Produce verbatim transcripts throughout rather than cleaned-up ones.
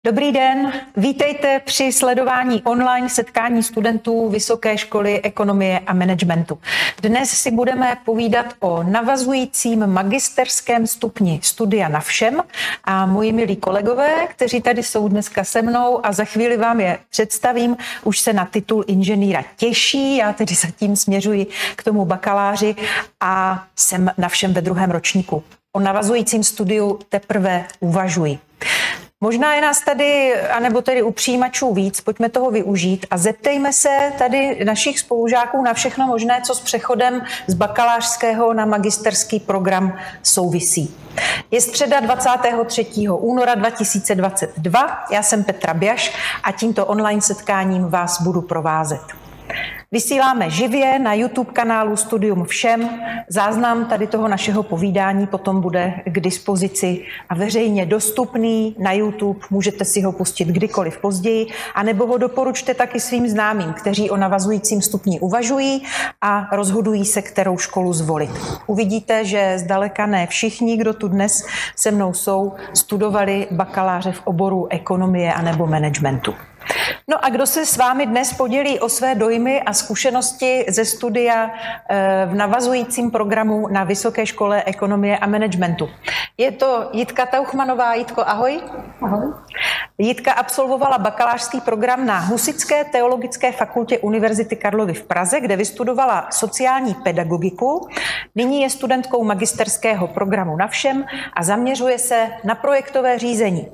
Dobrý den, vítejte při sledování online setkání studentů Vysoké školy ekonomie a managementu. Dnes si budeme povídat o navazujícím magisterském stupni studia na všem a moji milí kolegové, kteří tady jsou dneska se mnou a za chvíli vám je představím, už se na titul inženýra těší, já tedy zatím směřuji k tomu bakaláři a jsem na všem ve druhém ročníku. O navazujícím studiu teprve uvažuji. Možná je nás tady, anebo tedy u přijímačů víc, pojďme toho využít a zeptejme se tady našich spolužáků na všechno možné, co s přechodem z bakalářského na magisterský program souvisí. Je středa dvacátého třetího února dva tisíce dvacet dva, já jsem Petra Bjaš a tímto online setkáním vás budu provázet. Vysíláme živě na YouTube kanálu Studium všem. Záznam tady toho našeho povídání potom bude k dispozici a veřejně dostupný na YouTube. Můžete si ho pustit kdykoliv později, anebo ho doporučte taky svým známým, kteří o navazujícím stupni uvažují a rozhodují se, kterou školu zvolit. Uvidíte, že zdaleka ne všichni, kdo tu dnes se mnou jsou, studovali bakaláře v oboru ekonomie anebo managementu. No a kdo se s vámi dnes podělí o své dojmy a zkušenosti ze studia v navazujícím programu na Vysoké škole ekonomie a managementu? Je to Jitka Tauchmanová. Jitko, ahoj. Ahoj. Jitka absolvovala bakalářský program na Husitské teologické fakultě Univerzity Karlovy v Praze, kde vystudovala sociální pedagogiku. Nyní je studentkou magisterského programu na všem a zaměřuje se na projektové řízení.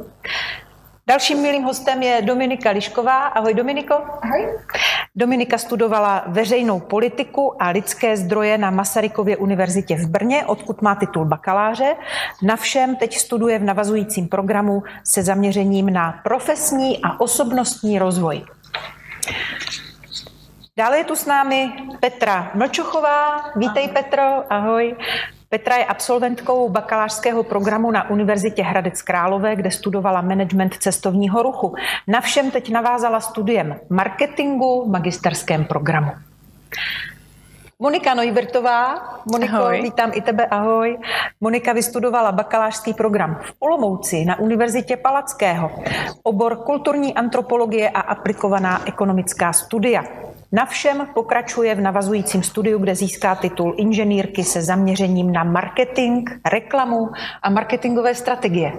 Dalším milým hostem je Dominika Lišková. Ahoj, Dominiko. Ahoj. Dominika studovala veřejnou politiku a lidské zdroje na Masarykově univerzitě v Brně, odkud má titul bakaláře. Na všem teď studuje v navazujícím programu se zaměřením na profesní a osobnostní rozvoj. Dále je tu s námi Petra Mlčochová. Vítej, Petro. Ahoj. Petra je absolventkou bakalářského programu na Univerzitě Hradec Králové, kde studovala management cestovního ruchu. Na všem teď navázala studiem marketingu v magisterském programu. Monika Neuwirtová. Moniko, ahoj. Vítám i tebe, ahoj. Monika vystudovala bakalářský program v Olomouci na Univerzitě Palackého. Obor kulturní antropologie a aplikovaná ekonomická studia. Na všem pokračuje v navazujícím studiu, kde získá titul inženýrky se zaměřením na marketing, reklamu a marketingové strategie.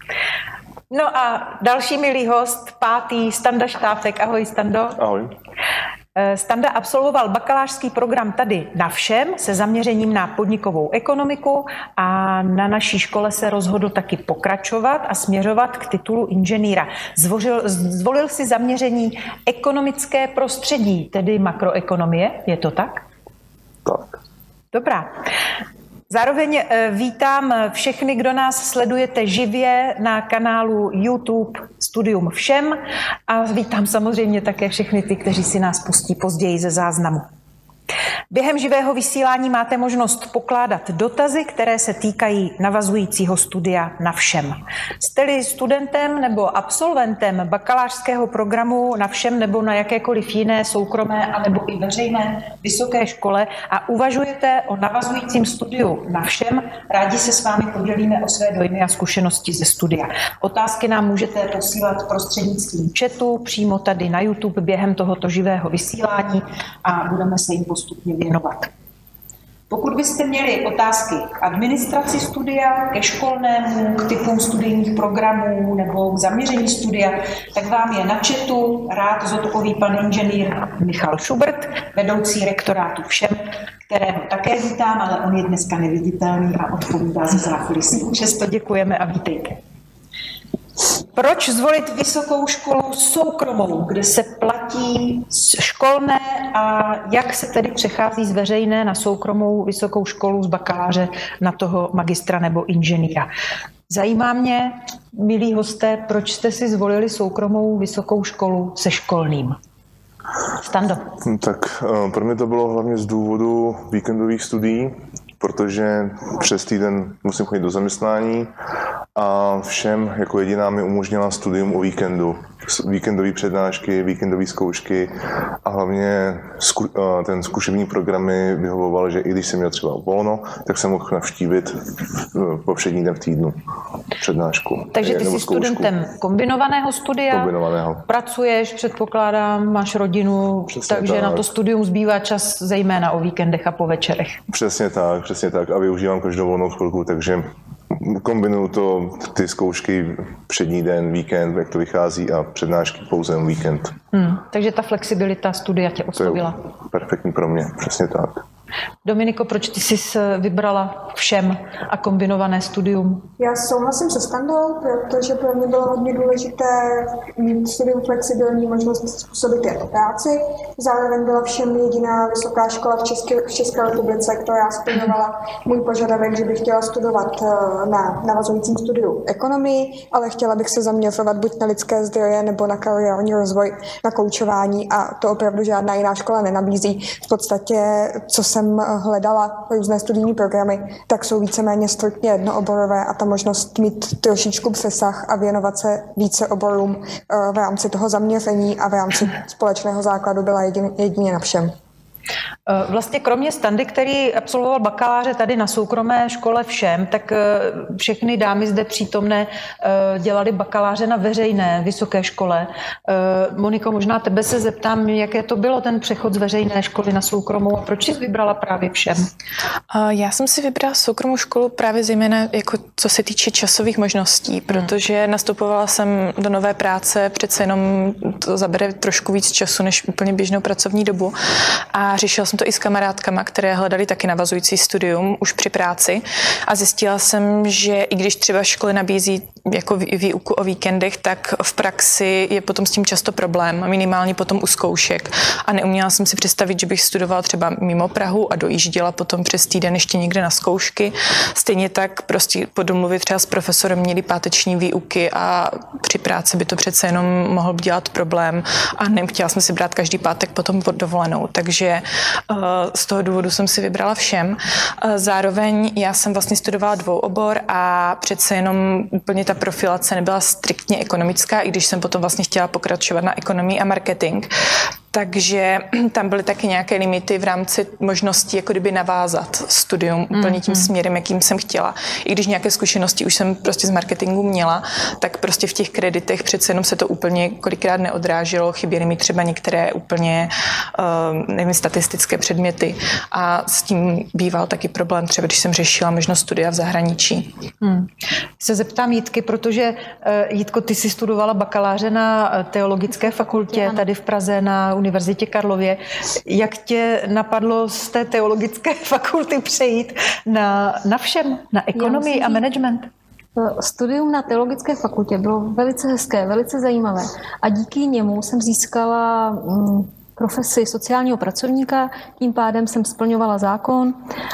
No a další milý host, pátý, Standa Štáfek. Ahoj, Stando. Ahoj. Standa absolvoval bakalářský program tady na všem se zaměřením na podnikovou ekonomiku a na naší škole se rozhodl taky pokračovat a směřovat k titulu inženýra. Zvolil, zvolil si zaměření ekonomické prostředí, tedy makroekonomie, je to tak? Tak. Dobrá. Zároveň vítám všechny, kdo nás sledujete živě na kanálu YouTube Studium všem a vítám samozřejmě také všechny ty, kteří si nás pustí později ze záznamu. Během živého vysílání máte možnost pokládat dotazy, které se týkají navazujícího studia na všem. Jste-li studentem nebo absolventem bakalářského programu na všem nebo na jakékoliv jiné soukromé anebo i veřejné vysoké škole a uvažujete o navazujícím studiu na všem, rádi se s vámi podělíme o své dojmy a zkušenosti ze studia. Otázky nám můžete posílat prostřednictvím chatu přímo tady na YouTube během tohoto živého vysílání a budeme se jim postupně věnovat. Pokud byste měli otázky k administraci studia, ke školnému, k typům studijních programů nebo k zaměření studia, tak vám je na chatu rád zodpoví pan inženýr Michal Schubert, vedoucí rektorátu všem, kterého také vítám, ale on je dneska neviditelný a odpovídá za zákulisí. Přesto děkujeme a vítejte. Proč zvolit vysokou školu soukromou, kde se platí školné a jak se tedy přechází z veřejné na soukromou vysokou školu z bakaláře na toho magistra nebo inženýra? Zajímá mě, milí hosté, proč jste si zvolili soukromou vysokou školu se školným? Stando. Tak pro mě to bylo hlavně z důvodu víkendových studií, protože přes týden musím chodit do zaměstnání a všem jako jediná mi umožnila studium o víkendu. Víkendové přednášky, víkendové zkoušky a hlavně zku, ten zkušební program mi vyhovoval, že i když jsem měl třeba volno, tak jsem mohl navštívit po všední den v týdnu přednášku. Takže ty jsi studentem kombinovaného studia, kombinovaného. Pracuješ, předpokládám, máš rodinu, přesně takže tak. Na to studium zbývá čas zejména o víkendech a po večerech. Přesně tak, přesně tak a využívám každou volnou chvilku, takže kombinuju to, ty zkoušky přední den, víkend, jak to vychází a přednášky pouze jen víkend. Hmm, takže ta flexibilita studia tě oslovila. To je perfektní pro mě, přesně tak. Dominiko, proč ty jsi vybrala všem a kombinované studium? Já souhlasím se Standou, protože pro mě bylo hodně důležité mít studium flexibilní, možnost způsobit jako práci. Zároveň byla všem jediná vysoká škola v České, v České republice, která splňovala můj požadavek, že bych chtěla studovat na navazujícím studiu ekonomii, ale chtěla bych se zaměřovat buď na lidské zdroje nebo na kariérní rozvoj, na koučování a to opravdu žádná jiná škola nenabízí. V podstatě, co jsem hledala různé studijní programy, tak jsou víceméně striktně jednooborové a ta možnost mít trošičku přesah a věnovat se více oborům v rámci toho zaměření a v rámci společného základu byla jedině, jedině na všem. Vlastně kromě Standy, který absolvoval bakaláře tady na soukromé škole všem, tak všechny dámy zde přítomné dělali bakaláře na veřejné vysoké škole. Moniko, možná tebe se zeptám, jaké to bylo ten přechod z veřejné školy na soukromou a proč jsi vybrala právě všem? Já jsem si vybrala soukromou školu právě zejména jako co se týče časových možností, protože nastupovala jsem do nové práce, přece jenom to zabere trošku víc času než úplně běžnou pracovní dobu a řešila jsem to i s kamarádkama, které hledali taky navazující studium už při práci a zjistila jsem, že i když třeba školy nabízí jako výuku o víkendech, tak v praxi je potom s tím často problém, minimálně potom u zkoušek. A neuměla jsem si představit, že bych studovala třeba mimo Prahu a dojížděla potom přes týden ještě někde na zkoušky. Stejně tak prostě po domluvě třeba s profesorem měli páteční výuky a při práci by to přece jenom mohl dělat problém a nechtěla jsem si brát každý pátek potom dovolenou. Takže z toho důvodu jsem si vybrala všem. Zároveň já jsem vlastně studovala dvouobor a přece jenom úplně ta profilace nebyla striktně ekonomická, i když jsem potom vlastně chtěla pokračovat na ekonomii a marketing. Takže tam byly taky nějaké limity v rámci možností jako kdyby navázat studium úplně tím směrem, jakým jsem chtěla. I když nějaké zkušenosti už jsem prostě z marketingu měla, tak prostě v těch kreditech přece jenom se to úplně kolikrát neodráželo, chyběly mi třeba některé úplně uh, nevím, statistické předměty a s tím býval taky problém, třeba když jsem řešila možnost studia v zahraničí. Hmm. Se zeptám Jitky, protože uh, Jitko, ty jsi studovala bakaláře na teologické fakultě ano. Tady v Praze na Univerzitě Karlově. Jak tě napadlo z té teologické fakulty přejít na, na všem, na ekonomii a management? Studium na teologické fakultě bylo velice hezké, velice zajímavé a díky němu jsem získala mm, profesi sociálního pracovníka, tím pádem jsem splňovala zákon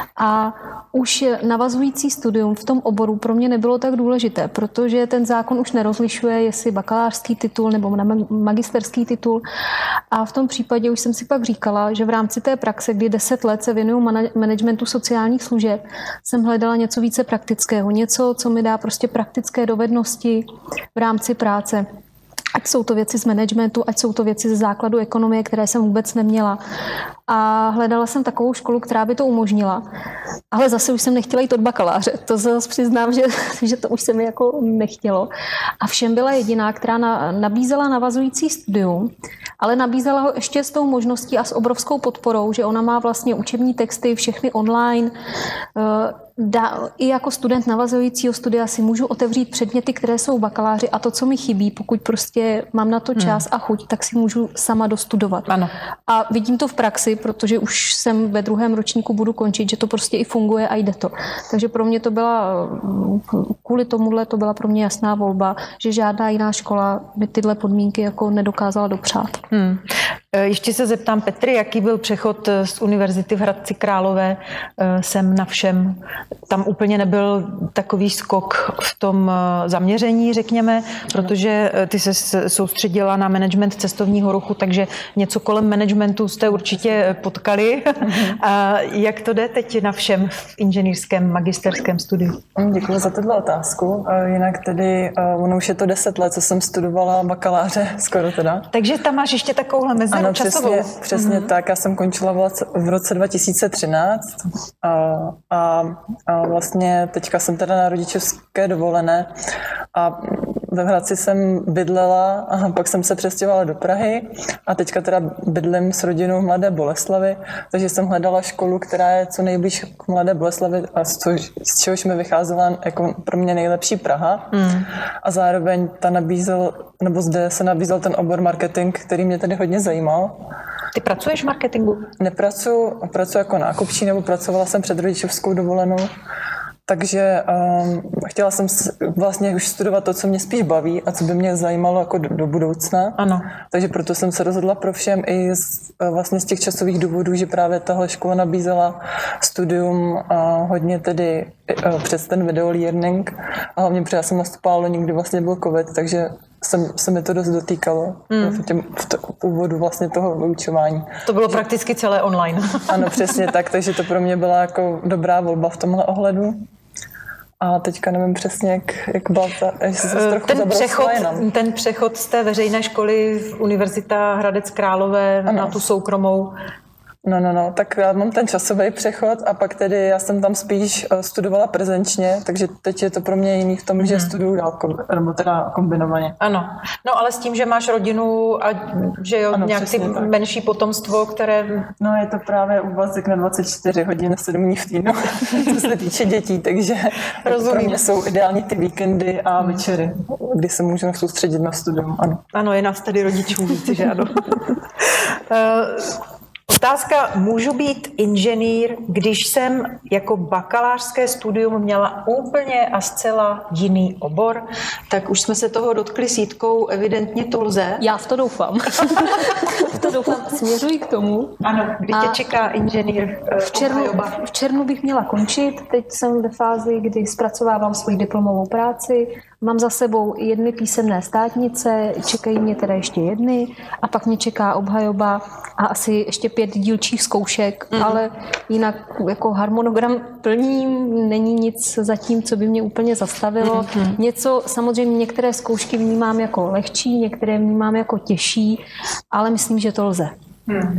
a už navazující studium v tom oboru pro mě nebylo tak důležité, protože ten zákon už nerozlišuje, jestli bakalářský titul nebo magisterský titul a v tom případě už jsem si pak říkala, že v rámci té praxe, kdy deset let se věnuju managementu sociálních služeb, jsem hledala něco více praktického, něco, co mi dá prostě praktické dovednosti v rámci práce. Ať jsou to věci z managementu, ať jsou to věci ze základu ekonomie, které jsem vůbec neměla. A hledala jsem takovou školu, která by to umožnila. Ale zase už jsem nechtěla jít od bakaláře. To zase přiznám, že, že to už se mi jako nechtělo. A všem byla jediná, která na, nabízela navazující studium, ale nabízela ho ještě s tou možností a s obrovskou podporou, že ona má vlastně učební texty, všechny online. Da, i jako student navazujícího studia si můžu otevřít předměty, které jsou bakaláři a to, co mi chybí, pokud prostě mám na to čas hmm. a chuť, tak si můžu sama dostudovat. Ano. A vidím to v praxi, protože už jsem ve druhém ročníku budu končit, že to prostě i funguje a jde to. Takže pro mě to byla, kvůli tomuhle to byla pro mě jasná volba, že žádná jiná škola by tyhle podmínky jako nedokázala dopřát. Hmm. Ještě se zeptám Petry, jaký byl přechod z univerzity v Hradci Králové sem na Všem? Tam úplně nebyl takový skok v tom zaměření, řekněme, protože ty se soustředila na management cestovního ruchu, takže něco kolem managementu jste určitě potkali. A jak to jde teď na Všem v inženýrském magisterském studiu? Děkuji za tuhle otázku. Jinak tedy, ono už je to deset let, co jsem studovala bakaláře, skoro teda. Takže tam máš ještě takovouhle mezeru ano, časovou. Přesně, přesně mm-hmm. tak. Já jsem končila v roce dva tisíce třináct a, a, a vlastně teďka jsem teda na rodičovské dovolené a ve Hradci jsem bydlela a pak jsem se přestěhovala do Prahy a teďka teda bydlím s rodinou v Mladé Boleslavi, takže jsem hledala školu, která je co nejblíž k Mladé Boleslavi a z, co, z čehož mi vycházela jako pro mě nejlepší Praha mm. a zároveň ta nabízel, nebo zde se nabízel ten obor marketing, který mě tedy hodně zajímal. Ty pracuješ v marketingu? Nepracuji, pracuji jako nákupčí, nebo pracovala jsem před rodičovskou dovolenou. Takže um, chtěla jsem vlastně už studovat to, co mě spíš baví a co by mě zajímalo jako do, do budoucna. Ano. Takže proto jsem se rozhodla pro Všem i z, vlastně z těch časových důvodů, že právě tahle škola nabízela studium a hodně tedy uh, přes ten video learning a hlavně protože já jsem nastupovala, nikdy vlastně byl covid, takže jsem, se mi to dost dotýkalo mm. v, těm, v, t- v úvodu vlastně toho vyučování. To bylo prakticky celé online. Ano, přesně tak, takže to pro mě byla jako dobrá volba v tomhle ohledu. A teďka nevím přesně, jak, jak byla ta, že se trochu ten přechod, jenom. ten přechod z té veřejné školy v Univerzita Hradec Králové ano. na tu soukromou. No, no, no, tak já mám ten časový přechod a pak tedy já jsem tam spíš studovala prezenčně, takže teď je to pro mě jiný v tom, mm. že studuju dálkově, nebo teda kombinovaně. Ano, no ale s tím, že máš rodinu a že jo, ano, nějak ty tak. menší potomstvo, které... No je to právě úvazek na dvacet čtyři hodin, sedm dní v týdnu, co se týče dětí, takže pro mě jsou ideální ty víkendy a mm. večery, kdy se můžeme soustředit na studium, ano. Ano, je nás tady rodičů víc, že ano. Otázka, můžu být inženýr, když jsem jako bakalářské studium měla úplně a zcela jiný obor, tak už jsme se toho dotkli s Jitkou, evidentně to lze. Já v to doufám. v to doufám, směřuji k tomu. Ano, kdy tě čeká inženýr v červnu, v červnu bych měla končit, teď jsem ve fázi, kdy zpracovávám svoji diplomovou práci, mám za sebou jedny písemné státnice, čekají mě teda ještě jedny a pak mě čeká obhajoba a asi ještě pět dílčích zkoušek, mm. ale jinak jako harmonogram plním, není nic zatím, co by mě úplně zastavilo. Mm. Něco, samozřejmě některé zkoušky vnímám jako lehčí, některé vnímám jako těžší, ale myslím, že to lze. Hmm.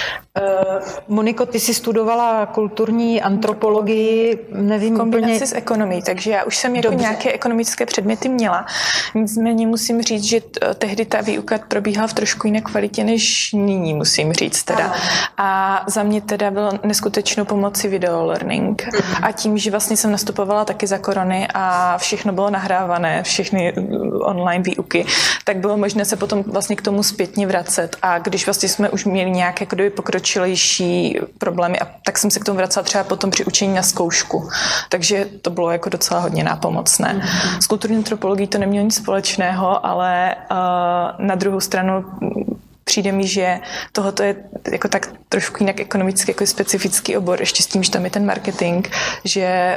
Uh, Moniko, ty jsi studovala kulturní antropologii, nevím kombinaci úplně... s ekonomií, takže já už jsem jako nějaké ekonomické předměty měla. Nicméně musím říct, že tehdy ta výuka probíhala v trošku jiné kvalitě než nyní, musím říct teda. Aha. A za mě teda bylo neskutečnou pomocí video learning. Hmm. A tím, že vlastně jsem nastupovala taky za korony a všechno bylo nahrávané, všechny online výuky, tak bylo možné se potom vlastně k tomu zpětně vracet. A když vlastně jsme už měli nějaké jako pokročilejší problémy, a tak jsem se k tomu vracela třeba potom při učení na zkoušku. Takže to bylo jako docela hodně nápomocné. Mm-hmm. S kulturní antropologií to nemělo nic společného, ale uh, na druhou stranu přijde mi, že tohoto je jako tak trošku jinak ekonomicky jako specifický obor, ještě s tím, že tam je ten marketing, že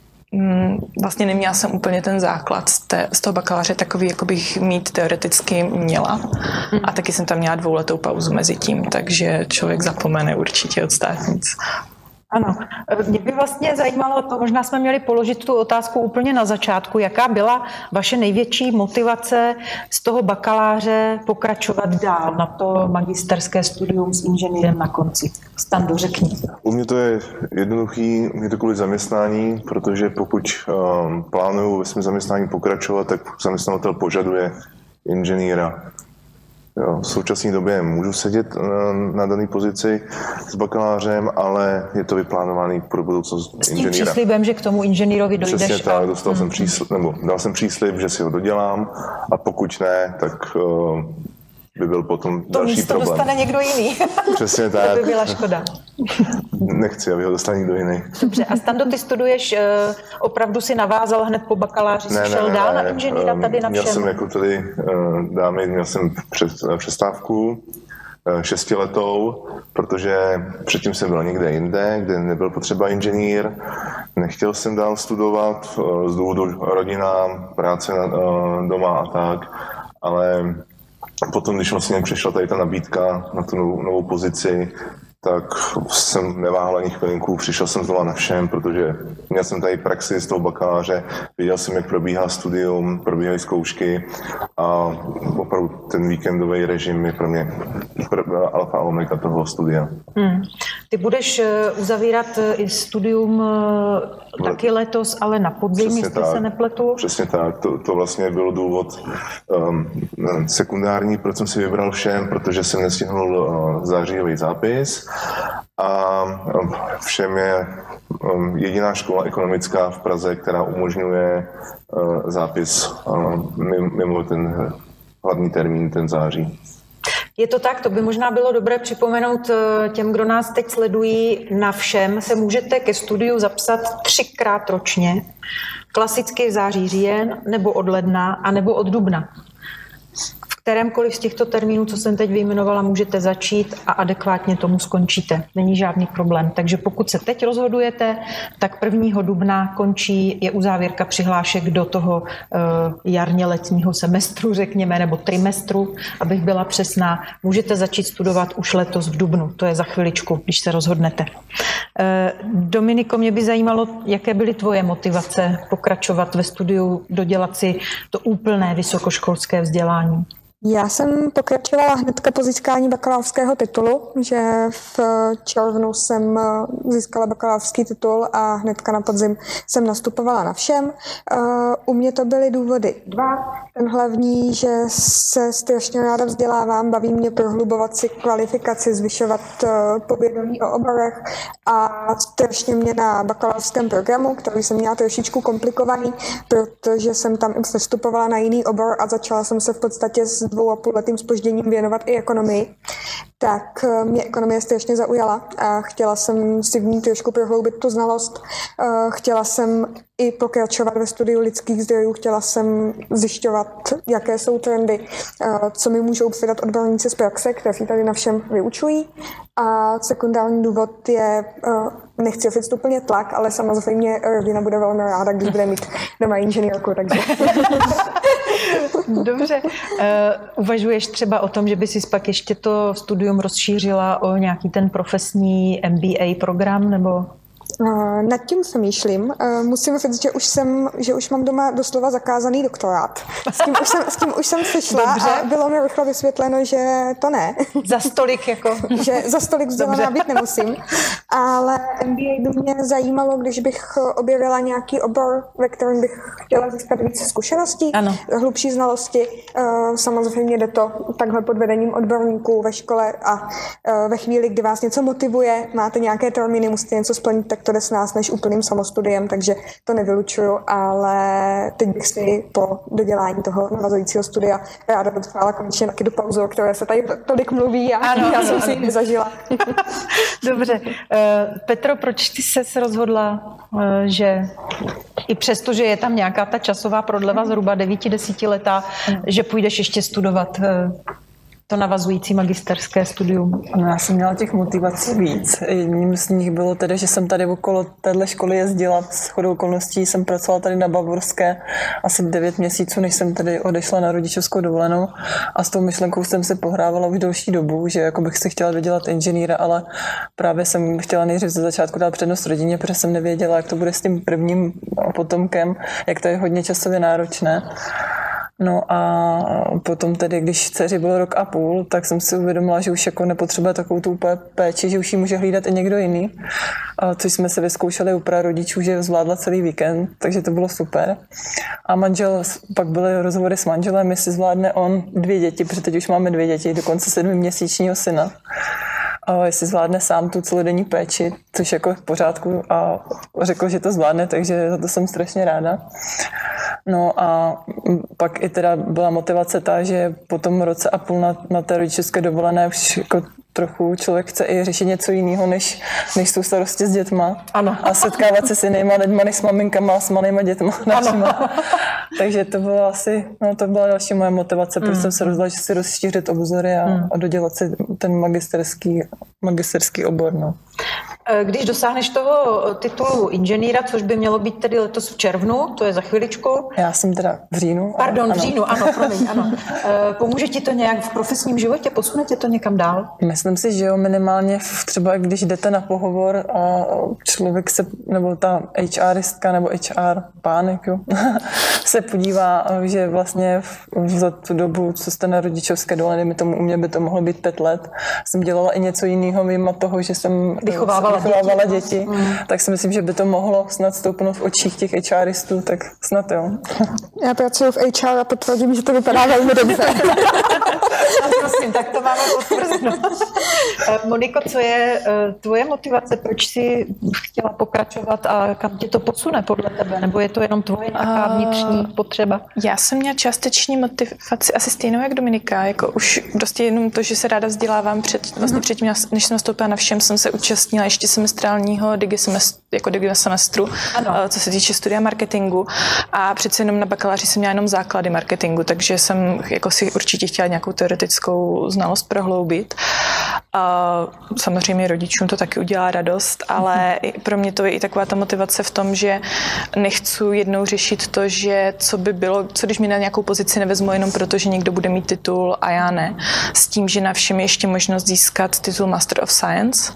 vlastně neměla jsem úplně ten základ z, té, z toho bakaláře takový, jako bych mít teoreticky měla. A taky jsem tam měla dvouletou pauzu mezi tím, takže člověk zapomene určitě od státnic. Ano, mě by vlastně zajímalo to, možná jsme měli položit tu otázku úplně na začátku, jaká byla vaše největší motivace z toho bakaláře pokračovat dál na to magisterské studium s inženýrem na konci. Stando, řekni. U mě to je jednoduchý, mě to kvůli zaměstnání, protože pokud um, plánuju ve svém zaměstnání pokračovat, tak zaměstnavatel požaduje inženýra. Jo, v současné době můžu sedět na, na dané pozici s bakalářem, ale je to vyplánovaný pro budoucnost inženýra. S tím příslibem, že k tomu inženýrovi dojdeš. Přesně tak, dostal a... jsem příslib, nebo dal jsem příslib, že si ho dodělám a pokud ne, tak uh, by byl potom to další místo problém. dostane někdo jiný. Přesně tak. To by byla škoda. Nechci, aby ho dostal někdo jiný. Dobře, a Stando, ty studuješ, uh, opravdu si navázal hned po bakaláři, ne, jsi šel ne, dál ne, na inženýra tady na Měl Všem? jsem jako tady uh, dámy, měl jsem před, přestávku šestiletou, protože předtím jsem byl někde jinde, kde nebyl potřeba inženýr. Nechtěl jsem dál studovat z důvodu rodina, práce na, doma a tak, ale potom, když vlastně přišla tady ta nabídka na tu novou, novou pozici, tak jsem neváhal ani chvilinku, přišel jsem znovu na všem, protože měl jsem tady praxi z toho bakaláře, viděl jsem, jak probíhá studium, probíhají zkoušky a opravdu ten víkendový režim je pro mě alfa a omega toho studia. Hmm. Ty budeš uzavírat i studium taky letos, ale na podzim, Přesně jestli tak. se nepletu. Přesně tak, to, to vlastně byl důvod um, sekundární, proč jsem si vybral všem, protože jsem nestihnul uh, zářijový zápis a um, všem je um, jediná škola ekonomická v Praze, která umožňuje uh, zápis uh, mimo ten hlavní termín, ten září. Je to tak, to by možná bylo dobré připomenout těm, kdo nás teď sledují. Na všem se můžete ke studiu zapsat třikrát ročně, klasicky v září, říjen, nebo od ledna, a nebo od dubna. V kterémkoliv z těchto termínů, co jsem teď vyjmenovala, můžete začít a adekvátně tomu skončíte. Není žádný problém. Takže pokud se teď rozhodujete, tak prvního dubna končí, je uzávěrka přihlášek do toho uh, jarně letního semestru, řekněme, nebo trimestru, abych byla přesná. Můžete začít studovat už letos v dubnu. To je za chviličku, když se rozhodnete. Uh, Dominiko, mě by zajímalo, jaké byly tvoje motivace pokračovat ve studiu, dodělat si to úplné vysokoškolské vzdělání. Já jsem pokračovala hnedka po získání bakalářského titulu, že v červnu jsem získala bakalářský titul a hnedka na podzim jsem nastupovala na všem. U mě to byly důvody dva. Ten hlavní, že se strašně ráda vzdělávám, baví mě prohlubovat si kvalifikaci, zvyšovat povědomí o oborech a strašně mě na bakalářském programu, který jsem měla trošičku komplikovaný, protože jsem tam i přestupovala na jiný obor a začala jsem se v podstatě s dvou a půl letým zpožděním věnovat i ekonomii, tak mě ekonomie strašně zaujala a chtěla jsem si v ní trošku prohloubit tu znalost. Chtěla jsem i pokračovat ve studiu lidských zdrojů, chtěla jsem zjišťovat, jaké jsou trendy, co mi můžou předat odborníci z praxe, kteří tady na všem vyučují. A sekundární důvod je, nechci říct úplně tlak, ale samozřejmě rodina bude velmi ráda, když bude mít doma inženýrku, takže... Dobře. Uh, uvažuješ třeba o tom, že by si pak ještě to studium rozšířila o nějaký ten profesní M B A program, nebo... Uh, nad tím přemýšlím. Uh, musím říct, že už jsem, že už mám doma doslova zakázaný doktorát. S tím už jsem, s tím už jsem přišla. Dobře. A bylo mi rychle vysvětleno, že to ne. Za stolik jako. Že za stolik vzdělaná být nemusím. Ale M B A by mě zajímalo, když bych objevila nějaký obor, ve kterém bych chtěla získat více zkušeností, ano. Hlubší znalosti. Uh, samozřejmě jde to takhle pod vedením odborníků ve škole a uh, ve chvíli, kdy vás něco motivuje, máte nějaké termíny, musíte něco splnit, tak to jde s nás než úplným samostudiem, takže to nevylučuju, ale teď bych si po dodělání toho navazujícího studia ráda dotrvala konečně taky do pauzu, o které se tady tolik mluví a ano, já ano, jsem ano. si ji nezažila. Dobře. Uh, Petro, proč ty ses rozhodla, uh, že i přesto, že je tam nějaká ta časová prodleva zhruba devíti, desíti letá, že půjdeš ještě studovat uh, to navazující magisterské studium? No, já jsem měla těch motivací víc. Jedním z nich bylo tedy, že jsem tady okolo téhle školy jezdila. S shodou okolností jsem pracovala tady na Bavorské asi devět měsíců, než jsem tady odešla na rodičovskou dovolenou. A s tou myšlenkou jsem se pohrávala už delší dobu, že jako bych si chtěla vydělat inženýra, ale právě jsem chtěla nejdřív ze začátku dát přednost rodině, protože jsem nevěděla, jak to bude s tím prvním potomkem, jak to je hodně časově náročné. No a potom tedy, když dceři bylo rok a půl, tak jsem si uvědomila, že už jako nepotřebuje takovou tu péči, že už ji může hlídat i někdo jiný. A což jsme se vyzkoušeli u prarodičů, že zvládla celý víkend, takže to bylo super. A manžel, pak byly rozhovory s manželem, jestli zvládne on dvě děti, protože teď už máme dvě děti, dokonce sedmiměsíčního syna. A jestli zvládne sám tu celodenní péči, což jako v pořádku, a řekl, že to zvládne, takže za to jsem strašně ráda. No a pak i teda byla motivace ta, že po tom roce a půl na, na té rodičovské dovolené už jako trochu člověk chce i řešit něco jiného, než, než jsou starosti s dětma. Ano. A setkávat se s jinýma lidma, než s maminkama, s malýma dětma. Našima. Takže to bylo asi, no to byla další moje motivace, mm. protože jsem se rozhodla, že si rozšířit obzory a, mm. a dodělat si ten magisterský, magisterský obor. No. Když dosáhneš toho titulu inženýra, což by mělo být tedy letos v červnu, to je za chviličku. Já jsem teda v říjnu. Pardon, ano. v říjnu, ano, promiň, ano. Pomůže ti to nějak v profesním životě? Posune tě to někam dál? Myslím si, že jo, minimálně v, třeba když jdete na pohovor a člověk se, nebo ta HRistka nebo H R pánek, jo, se podívá, že vlastně v, za tu dobu, co jste na rodičovské dovolené, mi tomu, u mě by to mohlo být pět let, jsem dělala i něco jiného, mimo toho, že jsem vychovávala, vychovávala děti, děti, mm. tak si myslím, že by to mohlo snad stoupnout v očích těch HRistů, tak snad jo. Já pracuji v H R a potvrdím, že to vypadá velmi dobře. Prosím, tak to máme potvrzeno. Moniko, co je tvoje motivace? Proč jsi chtěla pokračovat a kam tě to posune podle tebe? Nebo je to jenom tvoje nějaká vnitřní potřeba? Já jsem měla částečně motivaci asi stejnou jak Dominika. Jako už prostě jenom to, že se ráda vzdělávám před, vlastně předtím, než jsem nastoupila na všem, jsem se účastnila ještě semestrálního digi semestru, jako digi semestru, ano. co se týče studia marketingu. A přece jenom na bakaláři jsem měla jenom základy marketingu, takže jsem jako si určitě chtěla nějakou teoretickou znalost prohloubit. A samozřejmě rodičům to taky udělá radost, ale pro mě to je i taková ta motivace v tom, že nechci jednou řešit to, že co by bylo, co když mi na nějakou pozici nevezmu jenom proto, že někdo bude mít titul a já ne. S tím, že na všem je ještě možnost získat titul Master of Science.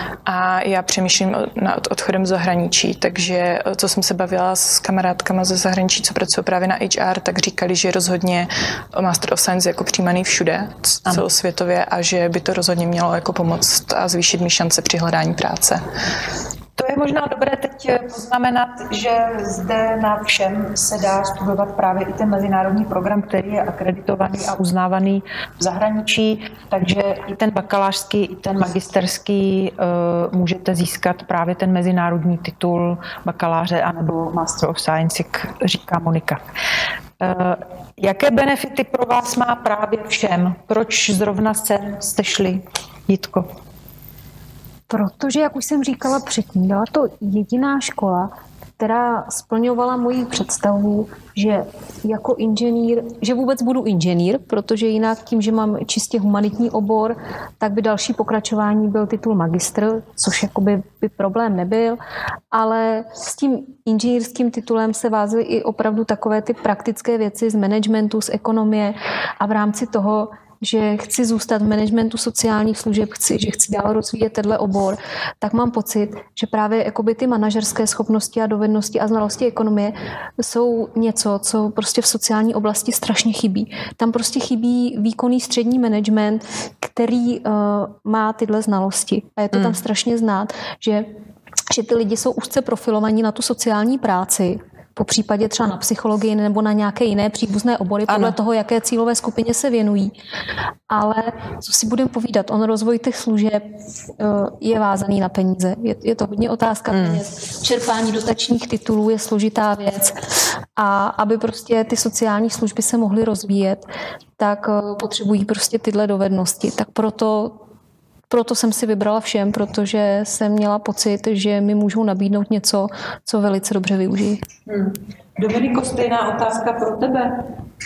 A já přemýšlím nad odchodem z zahraničí, takže co jsem se bavila s kamarádkama ze zahraničí, co pracují právě na H R, tak říkali, že rozhodně Master of Science je jako přijímaný všude, celosvětově, a že by to rozhodně mělo jako pomoct a zvýšit mi šance při hledání práce. To je možná dobré teď poznamenat, že zde na všem se dá studovat právě i ten mezinárodní program, který je akreditovaný a uznávaný v zahraničí, takže i ten bakalářský, i ten magisterský uh, můžete získat právě ten mezinárodní titul bakaláře anebo Master of Science, jak říká Monika. Uh, jaké benefity pro vás má právě všem? Proč zrovna sem jste šli, Jitko? Protože, jak už jsem říkala předtím, byla to jediná škola, která splňovala moji představu, že jako inženýr, že vůbec budu inženýr, protože jinak tím, že mám čistě humanitní obor, tak by další pokračování byl titul magistr, což jakoby by problém nebyl, ale s tím inženýrským titulem se vázely i opravdu takové ty praktické věci z managementu, z ekonomie a v rámci toho, že chci zůstat v managementu sociálních služeb, chci, že chci dál rozvíjet tenhle obor, tak mám pocit, že právě jakoby ty manažerské schopnosti a dovednosti a znalosti ekonomie jsou něco, co prostě v sociální oblasti strašně chybí. Tam prostě chybí výkonný střední management, který uh, má tyhle znalosti. A je to hmm. tam strašně znát, že, že ty lidi jsou úzce profilovaní na tu sociální práci, po případě třeba na psychologii nebo na nějaké jiné příbuzné obory, podle ano. toho, jaké cílové skupině se věnují. Ale co si budeme povídat, on rozvoj těch služeb je vázaný na peníze. Je, je to hodně otázka hmm. peněz. Čerpání dotačních titulů je složitá věc. A aby prostě ty sociální služby se mohly rozvíjet, tak potřebují prostě tyhle dovednosti. Tak proto Proto jsem si vybrala všem, protože jsem měla pocit, že mi můžou nabídnout něco, co velice dobře využijí. Hmm. Dominiko, stejná otázka pro tebe.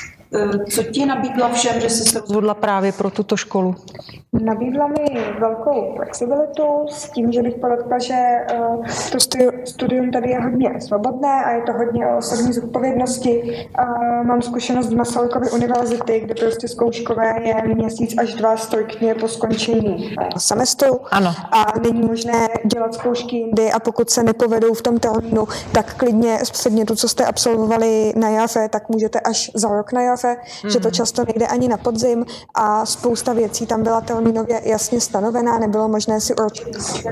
Co ti nabídla všem, že jsi se rozhodla právě pro tuto školu? Nabídla mi velkou flexibilitu s tím, že bych podotkla, že uh, to studium tady je hodně svobodné a je to hodně o osobní zodpovědnosti. Uh, mám zkušenost z Masarykovy univerzity, kde prostě zkouškové je měsíc až dva striktně po skončení semestru. Ano. A není možné dělat zkoušky jindy a pokud se nepovedou v tom termínu, tak klidně z předmětu, co jste absolvovali na jaře, tak můžete až za rok na jaře, mm-hmm. že to často nejde ani na podzim a spousta věcí tam byla termínově jasně stanovená, nebylo možné si určit.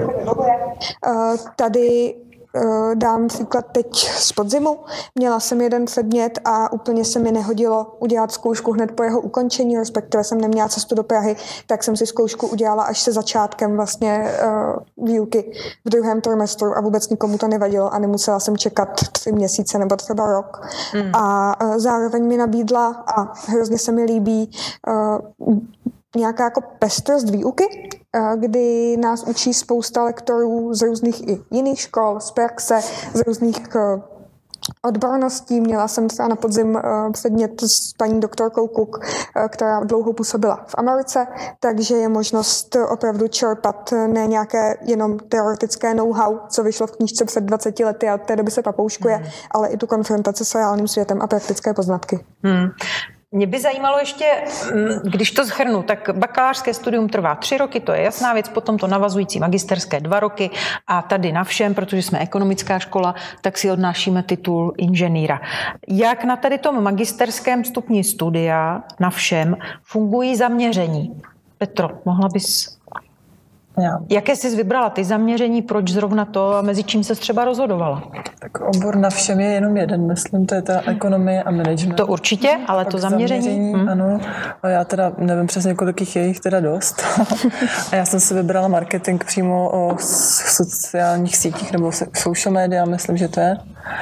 Tady dám příklad teď z podzimu. Měla jsem jeden předmět a úplně se mi nehodilo udělat zkoušku hned po jeho ukončení, respektive jsem neměla cestu do Prahy, tak jsem si zkoušku udělala až se začátkem vlastně uh, výuky v druhém trimestru a vůbec nikomu to nevadilo a nemusela jsem čekat tři měsíce nebo třeba rok. Mm. A uh, zároveň mi nabídla a hrozně se mi líbí uh, nějaká jako pestrost výuky, kdy nás učí spousta lektorů z různých i jiných škol, z praxe, z různých odborností. Měla jsem třeba na podzim předmět s paní doktorkou Cook, která dlouho působila v Americe, takže je možnost opravdu čerpat ne nějaké jenom teoretické know-how, co vyšlo v knížce před dvaceti lety a od té doby se papouškuje, hmm. ale i tu konfrontaci s reálným světem a praktické poznatky. Hmm. Mě by zajímalo ještě, když to shrnu, tak bakalářské studium trvá tři roky, to je jasná věc, potom to navazující magisterské dva roky a tady na všem, protože jsme ekonomická škola, tak si odnášíme titul inženýra. Jak na tady tom magisterském stupni studia na všem fungují zaměření? Petro, mohla bys... Já. Jaké jsi vybrala ty zaměření, proč zrovna to a mezi čím se třeba rozhodovala? Tak obor na všem je jenom jeden, myslím, to je ta ekonomie a management. To určitě, ale Pak to zaměření? zaměření hmm. Ano, a já teda nevím přesně, kolik jich je, jich teda dost. A já jsem si vybrala marketing přímo o sociálních sítích nebo social media, myslím, že to je.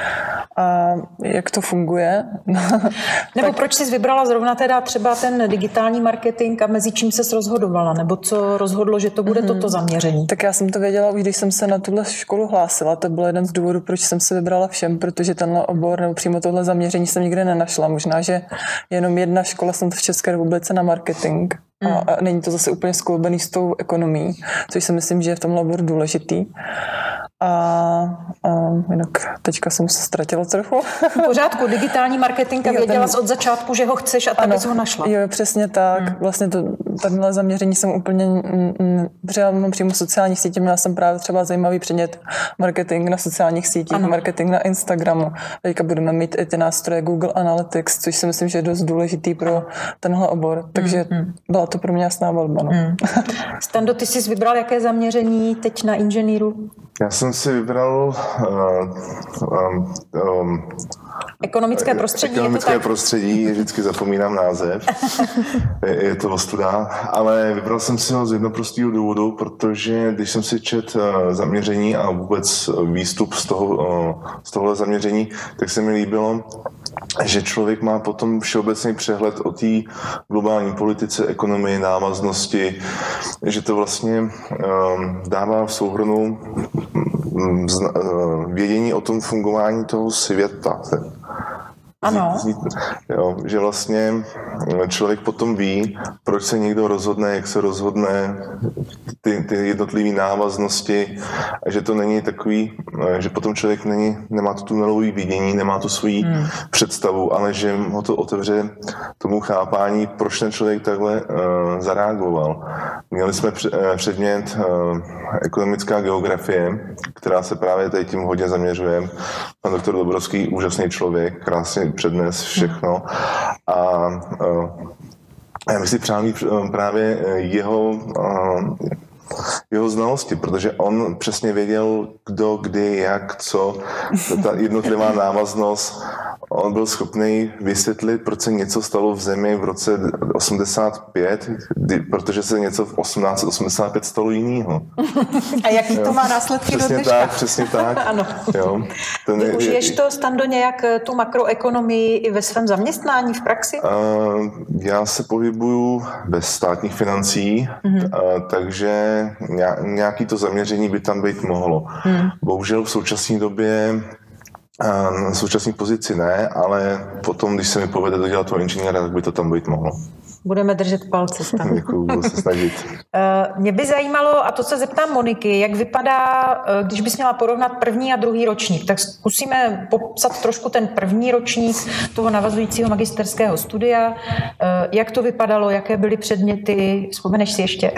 A jak to funguje? Nebo tak... proč jsi vybrala zrovna teda třeba ten digitální marketing a mezi čím ses rozhodovala? Nebo co rozhodlo, že to bude mm-hmm. toto zaměření? Tak já jsem to věděla už, když jsem se na tuhle školu hlásila. To byl jeden z důvodů, proč jsem se vybrala všem, protože tenhle obor nebo přímo tohle zaměření jsem nikde nenašla. Možná, že jenom jedna škola jsem v České republice na marketing. Mm. A, a není to zase úplně skloubený s tou ekonomií, což si myslím, že je v tomhle oboru důležitý. A, a jinak teďka jsem se ztratila trochu. V pořádku, digitální marketing a věděla jsi od začátku, že ho chceš a tak bys ho našla. Jo, přesně tak. Hmm. Vlastně to, tenhle zaměření jsem úplně přijala přímo sociálních sítích. Měla jsem právě třeba zajímavý předmět marketing na sociálních sítích, ano. marketing na Instagramu. Teďka budeme mít i ty nástroje Google Analytics, což si myslím, že je dost důležitý pro tenhle obor. Takže hmm. byla to pro mě jasná volba. No. Hmm. Stando, ty jsi vybral jaké zaměření teď na inženýru? Já jsem si vybral uh, um, um, ekonomické prostředí. Ekonomické prostředí, vždycky zapomínám název. je, je to ostuda, ale vybral jsem si ho z jednoho prostého důvodu, protože když jsem si čet uh, zaměření a vůbec výstup z toho, uh, z tohohle zaměření, tak se mi líbilo, že člověk má potom všeobecný přehled o té globální politice, ekonomii, návaznosti, že to vlastně um, dává v souhrnu um, zna, uh, vědění o tom fungování toho světa. Ano. Jo, že vlastně člověk potom ví, proč se někdo rozhodne, jak se rozhodne, ty, ty jednotlivé návaznosti, a že to není takový, že potom člověk není, nemá to tunelový vidění, nemá tu svoji hmm. představu, ale že ho to otevře tomu chápání, proč ten člověk takhle uh, zareagoval. Měli jsme předmět uh, ekonomická geografie, která se právě tady tím hodně zaměřuje. Pan doktor Dobrovský, úžasný člověk, krásně přednes všechno. A uh, já bych si přál mít právě jeho, uh, jeho znalosti, protože on přesně věděl, kdo, kdy, jak, co, ta jednotlivá návaznost. On byl schopný vysvětlit, proč se něco stalo v zemi v roce osmdesát pět, kdy, protože se něco v osmnáct osmdesát pět stalo jinýho. A jaký to má následky přesně do dneška? Tak, přesně tak. Ano. Jo. Ten je, Užiješ to, Stando, nějak tu makroekonomii i ve svém zaměstnání v praxi? Uh, já se pohybuju bez státních financí, mm-hmm. uh, takže nějaký to zaměření by tam být mohlo. Mm. Bohužel v současné době na současné pozici ne, ale potom, když se mi povede dodělat toho inženýra, tak by to tam být mohlo. Budeme držet palce. Děkuju, budu se snažit. Mě by zajímalo, a to se zeptám Moniky, jak vypadá, když bys měla porovnat první a druhý ročník, tak zkusíme popsat trošku ten první ročník toho navazujícího magisterského studia. Jak to vypadalo, jaké byly předměty, vzpomeneš si ještě?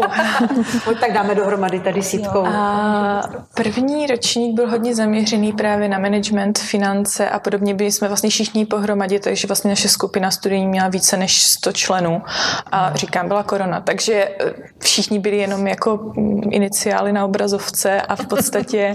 Uh. Tak dáme dohromady tady s Jitkou. A první ročník byl hodně zaměřený právě na management, finance a podobně. Byli jsme vlastně všichni pohromadě, takže vlastně naše skupina studijní měla více než sto členů. A říkám, byla korona, takže všichni byli jenom jako iniciály na obrazovce a v podstatě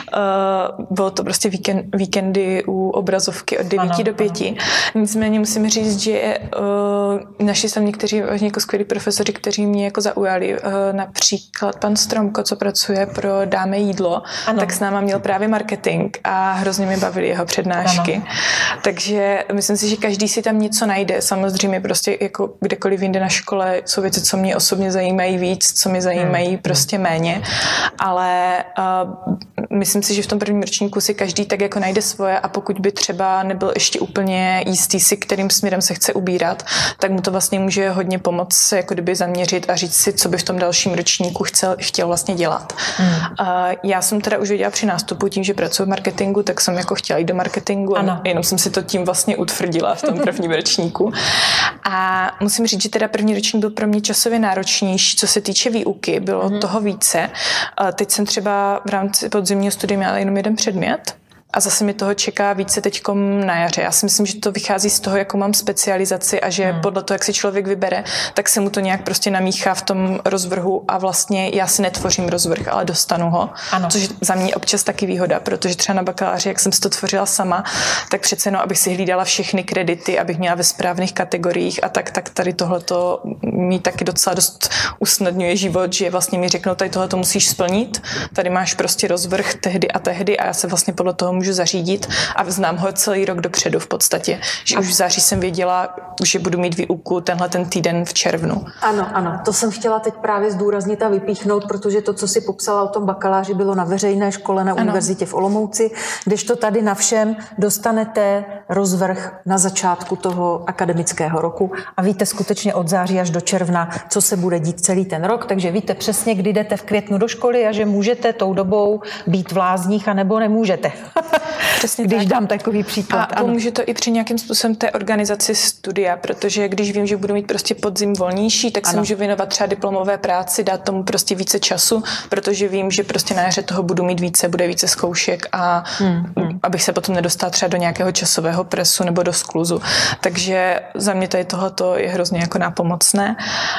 uh, bylo to prostě víkend, víkendy u obrazovky od devíti ano, do pěti. Ano. Nicméně musím říct, že uh, naši tam někteří jako skvělí profesoři, kteří mě jako zaujali, uh, například pan Stromko, co pracuje pro Dáme jídlo, ano. tak s náma měl právě marketing a hrozně mi bavily jeho přednášky. Ano. Takže myslím si, že každý si tam něco najde. Samozřejmě prostě jako jako kdekoliv jinde na škole jsou věci, co mě osobně zajímají víc, co mě zajímají hmm. prostě méně, ale uh, myslím si, že v tom prvním ročníku si každý tak jako najde svoje a pokud by třeba nebyl ještě úplně jistý si, kterým směrem se chce ubírat, tak mu to vlastně může hodně pomoct se jako kdyby zaměřit a říct si, co by v tom dalším ročníku chtěl, chtěl vlastně dělat. Hmm. Uh, já jsem teda už věděla při nástupu tím, že pracuji v marketingu, tak jsem jako chtěla jít do marketingu, ano. jenom jsem si to tím vlastně utvrdila v tom prvním ročníku. A musím říct, že teda první ročník byl pro mě časově náročnější, co se týče výuky, bylo hmm. toho více. Uh, teď jsem třeba v rámci podzimního studia měla jenom jeden předmět, a zase mi toho čeká více teďkom na jaře. Já si myslím, že to vychází z toho, jakou mám specializaci a že hmm. podle toho, jak si člověk vybere, tak se mu to nějak prostě namíchá v tom rozvrhu a vlastně já si netvořím rozvrh, ale dostanu ho. Ano. Což za mě občas taky výhoda, protože třeba na bakaláři, jak jsem si to tvořila sama, tak přece no, abych si hlídala všechny kredity, abych měla ve správných kategoriích a tak, tak tady tohleto mi taky docela dost usnadňuje život, že vlastně mi řeknou, tady tohleto musíš splnit, tady máš prostě rozvrh tehdy a tehdy a já se vlastně podle toho můžu zařídit a znám ho celý rok dopředu v podstatě. Že už v září jsem věděla, že budu mít výuku tenhle ten týden v červnu. Ano, ano, to jsem chtěla teď právě zdůraznit a vypíchnout, protože to, co si popsala o tom bakaláři, bylo na veřejné škole na ano. univerzitě v Olomouci, kdežto tady na všem dostanete rozvrh na začátku toho akademického roku a víte skutečně od září až do června, co se bude dít celý ten rok, takže víte přesně, kdy jdete v květnu do školy a že můžete tou dobou být v lázních a nebo nemůžete. Přesně když tak. dám takový příklad. A pomůže to i při nějakým způsobem té organizaci studia, protože když vím, že budu mít prostě podzim volnější, tak ano. se můžu věnovat třeba diplomové práci, dát tomu prostě více času, protože vím, že prostě na jaře toho budu mít více, bude více zkoušek a hmm, hmm. abych se potom nedostala třeba do nějakého časového presu nebo do skluzu. Takže za mě tady tohleto je hrozně jako nápomocné.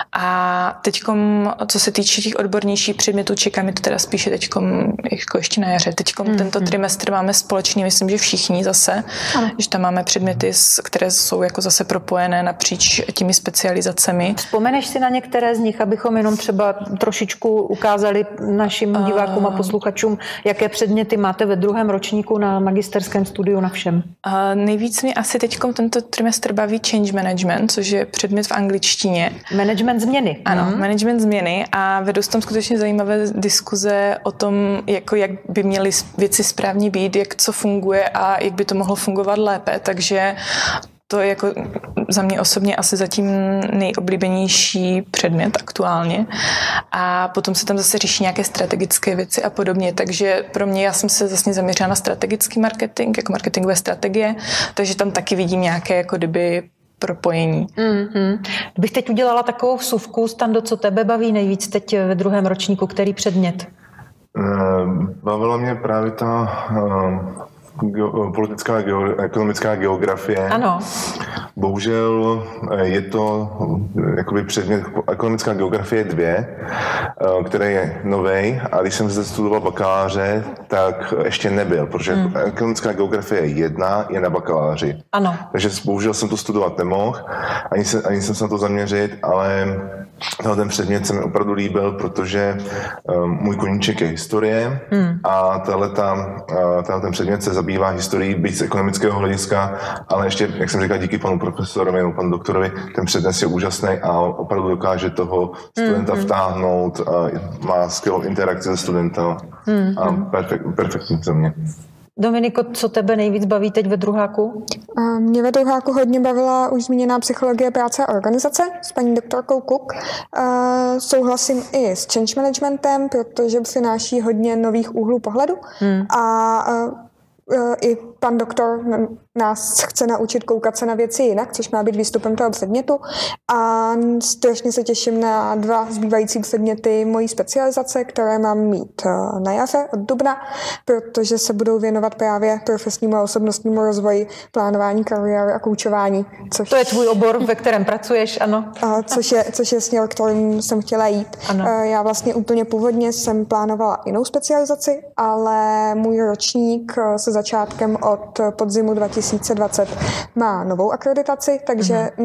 A teďkom, co se týče těch odbornějších předmětů, čeká mi to teda spíše teďkom jako ještě na jaře. Teďkom hmm, tento hmm. trimestr máme společný, myslím, že všichni zase, ano. že tam máme předměty, které jsou jako zase propojené napříč těmi specializacemi. Vzpomeneš si na některé z nich, abychom jenom třeba trošičku ukázali našim uh, divákům a posluchačům, jaké předměty máte ve druhém ročníku na magisterském studiu na všem? Uh, nejvíc mi asi teďkom tento trimestr baví change management, což je předmět v angličtině. Management změny. Ano, hmm. management změny a vedou se tam skutečně zajímavé diskuze o tom, jako jak by měly věci správně být, jak co funguje a jak by to mohlo fungovat lépe, takže to je jako za mě osobně asi zatím nejoblíbenější předmět aktuálně. A potom se tam zase řeší nějaké strategické věci a podobně. Takže pro mě, já jsem se zase zaměřila na strategický marketing, jako marketingové strategie, takže tam taky vidím nějaké jako kdyby propojení. Mm-hmm. Kdybych teď udělala takovou vsuvku, Stando, co tebe baví nejvíc teď ve druhém ročníku, který předmět? Bavila mě právě ta Geo, politická, geo, ekonomická geografie. Ano. Bohužel je to jakoby předmět ekonomická geografie dvě, který je novej a když jsem zde studoval bakaláře, tak ještě nebyl, protože hmm. ekonomická geografie jedna je na bakaláři. Ano. Takže bohužel jsem to studovat nemohl, ani, se, ani jsem se na to zaměřit, ale ten předmět se mi opravdu líbil, protože um, můj koníček je historie hmm. a tenhle ten předmět se zabývá historií, byť z ekonomického hlediska, ale ještě, jak jsem říkal, díky panu profesorovi nebo panu doktorovi, ten přednes je úžasný a opravdu dokáže toho studenta mm-hmm. vtáhnout, a má skvělou interakci se studentem mm-hmm. a perfekt, perfektní za mě. Dominiko, co tebe nejvíc baví teď ve druháku? Mě ve druháku hodně bavila už zmíněná psychologie práce a organizace s paní doktorkou Cook. Souhlasím i s change managementem, protože přináší hodně nových úhlů pohledu hmm. a i pan doktor nás chce naučit koukat se na věci jinak, což má být výstupem toho předmětu. A strašně se těším na dva zbývající předměty mojí specializace, které mám mít na jaře od dubna, protože se budou věnovat právě profesnímu a osobnostnímu rozvoji, plánování kariéry a koučování. Což, to je tvůj obor, ve kterém pracuješ, ano? Což je, což je směr, kterým jsem chtěla jít. Ano. Já vlastně úplně původně jsem plánovala jinou specializaci, ale můj ročník se začátkem od podzimu dva tisíce dvacet má novou akreditaci, takže uh-huh. nám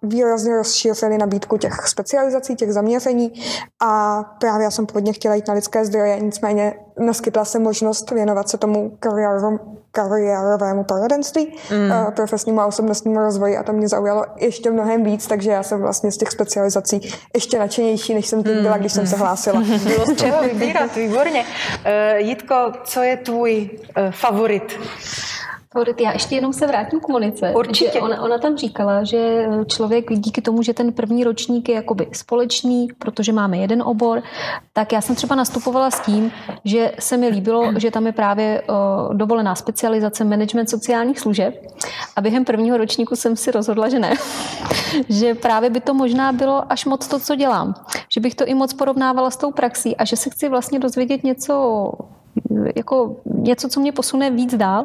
výrazně rozšířili nabídku těch specializací, těch zaměření a právě já jsem původně chtěla jít na lidské zdroje, nicméně naskytla se možnost věnovat se tomu kariérovému, kariérovému poradenství, mm. profesnímu a osobnostnímu rozvoji a to mě zaujalo ještě mnohem víc, takže já jsem vlastně z těch specializací ještě nadšenější, než jsem teď byla, když jsem se hlásila. Bylo z čeho vybírat, výborně. Uh, Jitko, co je tvůj uh, favorit? Já ještě jenom se vrátím k Monice. Určitě. Ona, ona tam říkala, že člověk díky tomu, že ten první ročník je jakoby společný, protože máme jeden obor, tak já jsem třeba nastupovala s tím, že se mi líbilo, že tam je právě uh, dovolená specializace management sociálních služeb a během prvního ročníku jsem si rozhodla, že ne. Že právě by to možná bylo až moc to, co dělám. Že bych to i moc porovnávala s tou praxí a že se chci vlastně dozvědět něco jako něco, co mě posune víc dál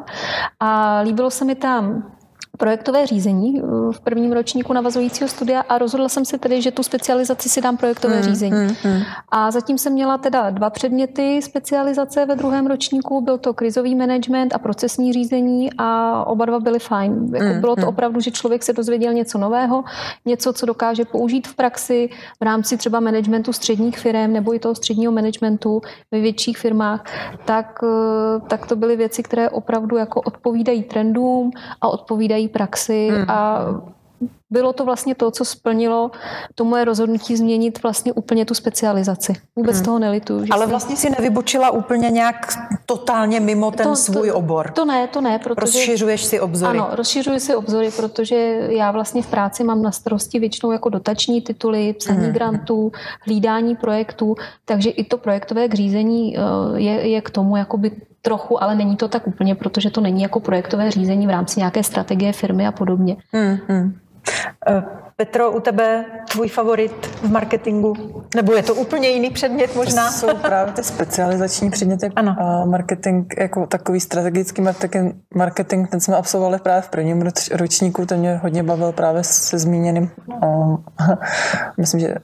a líbilo se mi tam projektové řízení v prvním ročníku navazujícího studia a rozhodla jsem se tedy, že tu specializaci si dám projektové mm, řízení. Mm, mm. A zatím jsem měla teda dva předměty specializace ve druhém ročníku, byl to krizový management a procesní řízení a oba dva byly fajn. Jako mm, bylo to mm. opravdu, že člověk se dozvěděl něco nového, něco, co dokáže použít v praxi v rámci třeba managementu středních firm nebo i toho středního managementu ve větších firmách, tak, tak to byly věci, které opravdu jako odpovídají trendům a odpovídají praxi hmm. a bylo to vlastně to, co splnilo to moje rozhodnutí změnit vlastně úplně tu specializaci. Vůbec hmm. toho nelituju. Ale jsem... vlastně si nevybočila úplně nějak totálně mimo ten to, svůj to, obor. To ne, to ne, protože... Rozšiřuješ si obzory. Ano, rozšiřuji si obzory, protože já vlastně v práci mám na starosti většinou jako dotační tituly, psaní hmm. grantů, hlídání projektů, takže i to projektové řízení je, je k tomu jakoby trochu, ale není to tak úplně, protože to není jako projektové řízení v rámci nějaké strategie firmy a podobně. Hmm, hmm. Uh, Petro, u tebe tvůj favorit v marketingu? Nebo je to úplně jiný předmět možná? To jsou právě ty specializační předměty. Ano. A marketing, jako takový strategický marketing, marketing, ten jsme absolvovali právě v prvním ročníku, ten mě hodně bavil právě se zmíněným uh, myslím, že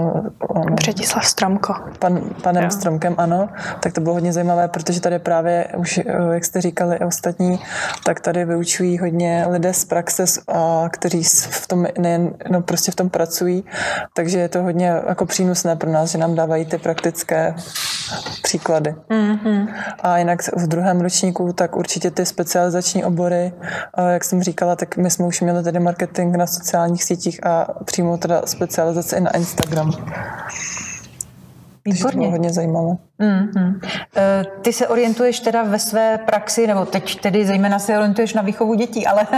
uh, Břetislav Stromko. Pan, panem jo. Stromkem, ano. Tak to bylo hodně zajímavé, protože tady právě, už jak jste říkali ostatní, tak tady vyučují hodně lidé z praxe, a kteří v tom nejen no prostě v tom pracují, takže je to hodně jako přínosné pro nás, že nám dávají ty praktické příklady. Mm-hmm. A jinak v druhém ročníku tak určitě ty specializační obory, jak jsem říkala, tak my jsme už měli tady marketing na sociálních sítích a přímo teda specializaci i na Instagram. Takže to bylo hodně zajímavé. Mm-hmm. Ty se orientuješ teda ve své praxi, nebo teď tedy zejména se orientuješ na výchovu dětí, ale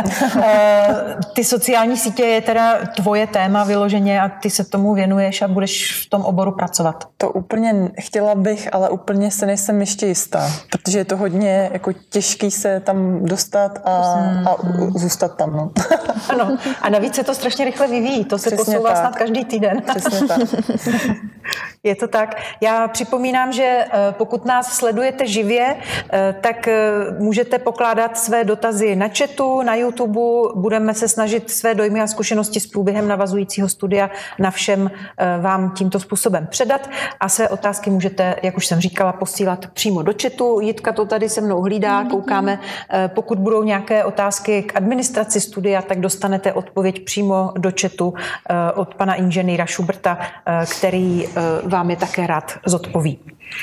ty sociální sítě je teda tvoje téma vyloženě a ty se tomu věnuješ a budeš v tom oboru pracovat. To úplně chtěla bych, ale úplně se nejsem ještě jistá, protože je to hodně jako těžký se tam dostat a, a zůstat tam. No. Ano, a navíc se to strašně rychle vyvíjí, to se Přesně posouvá tak. snad každý týden. Přesně tak. Je to tak. Já připomínám, že pokud nás sledujete živě, tak můžete pokládat své dotazy na chatu, na YouTube. Budeme se snažit své dojmy a zkušenosti s průběhem navazujícího studia na všem vám tímto způsobem předat. A své otázky můžete, jak už jsem říkala, posílat přímo do chatu. Jitka to tady se mnou hlídá, koukáme. Pokud budou nějaké otázky k administraci studia, tak dostanete odpověď přímo do chatu od pana inženýra Schuberta, který vám je také rád zodpoví.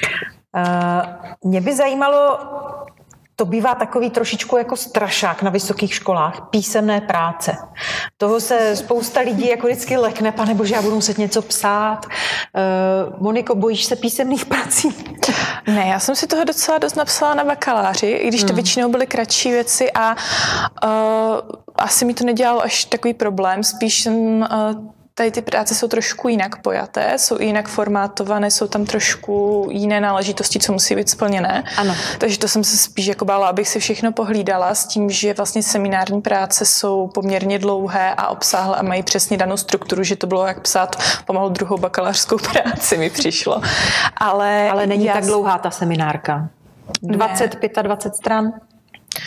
Mě by zajímalo, to bývá takový trošičku jako strašák na vysokých školách, písemné práce. Toho se spousta lidí jako vždycky lekne, panebože, já budu muset něco psát. Moniko, bojíš se písemných prací? Ne, já jsem si toho docela dost napsala na bakaláři, i když to hmm. většinou byly kratší věci a uh, asi mi to nedělalo až takový problém, spíš jsem uh, tady ty práce jsou trošku jinak pojaté, jsou jinak formátované, jsou tam trošku jiné náležitosti, co musí být splněné. Ano. Takže to jsem se spíš jako bála, abych si všechno pohlídala s tím, že vlastně seminární práce jsou poměrně dlouhé a obsáhlé a mají přesně danou strukturu, že to bylo jak psát pomalu druhou bakalářskou práci mi přišlo. Ale, Ale není já... tak dlouhá ta seminárka. dvacet, dvacet pět stran?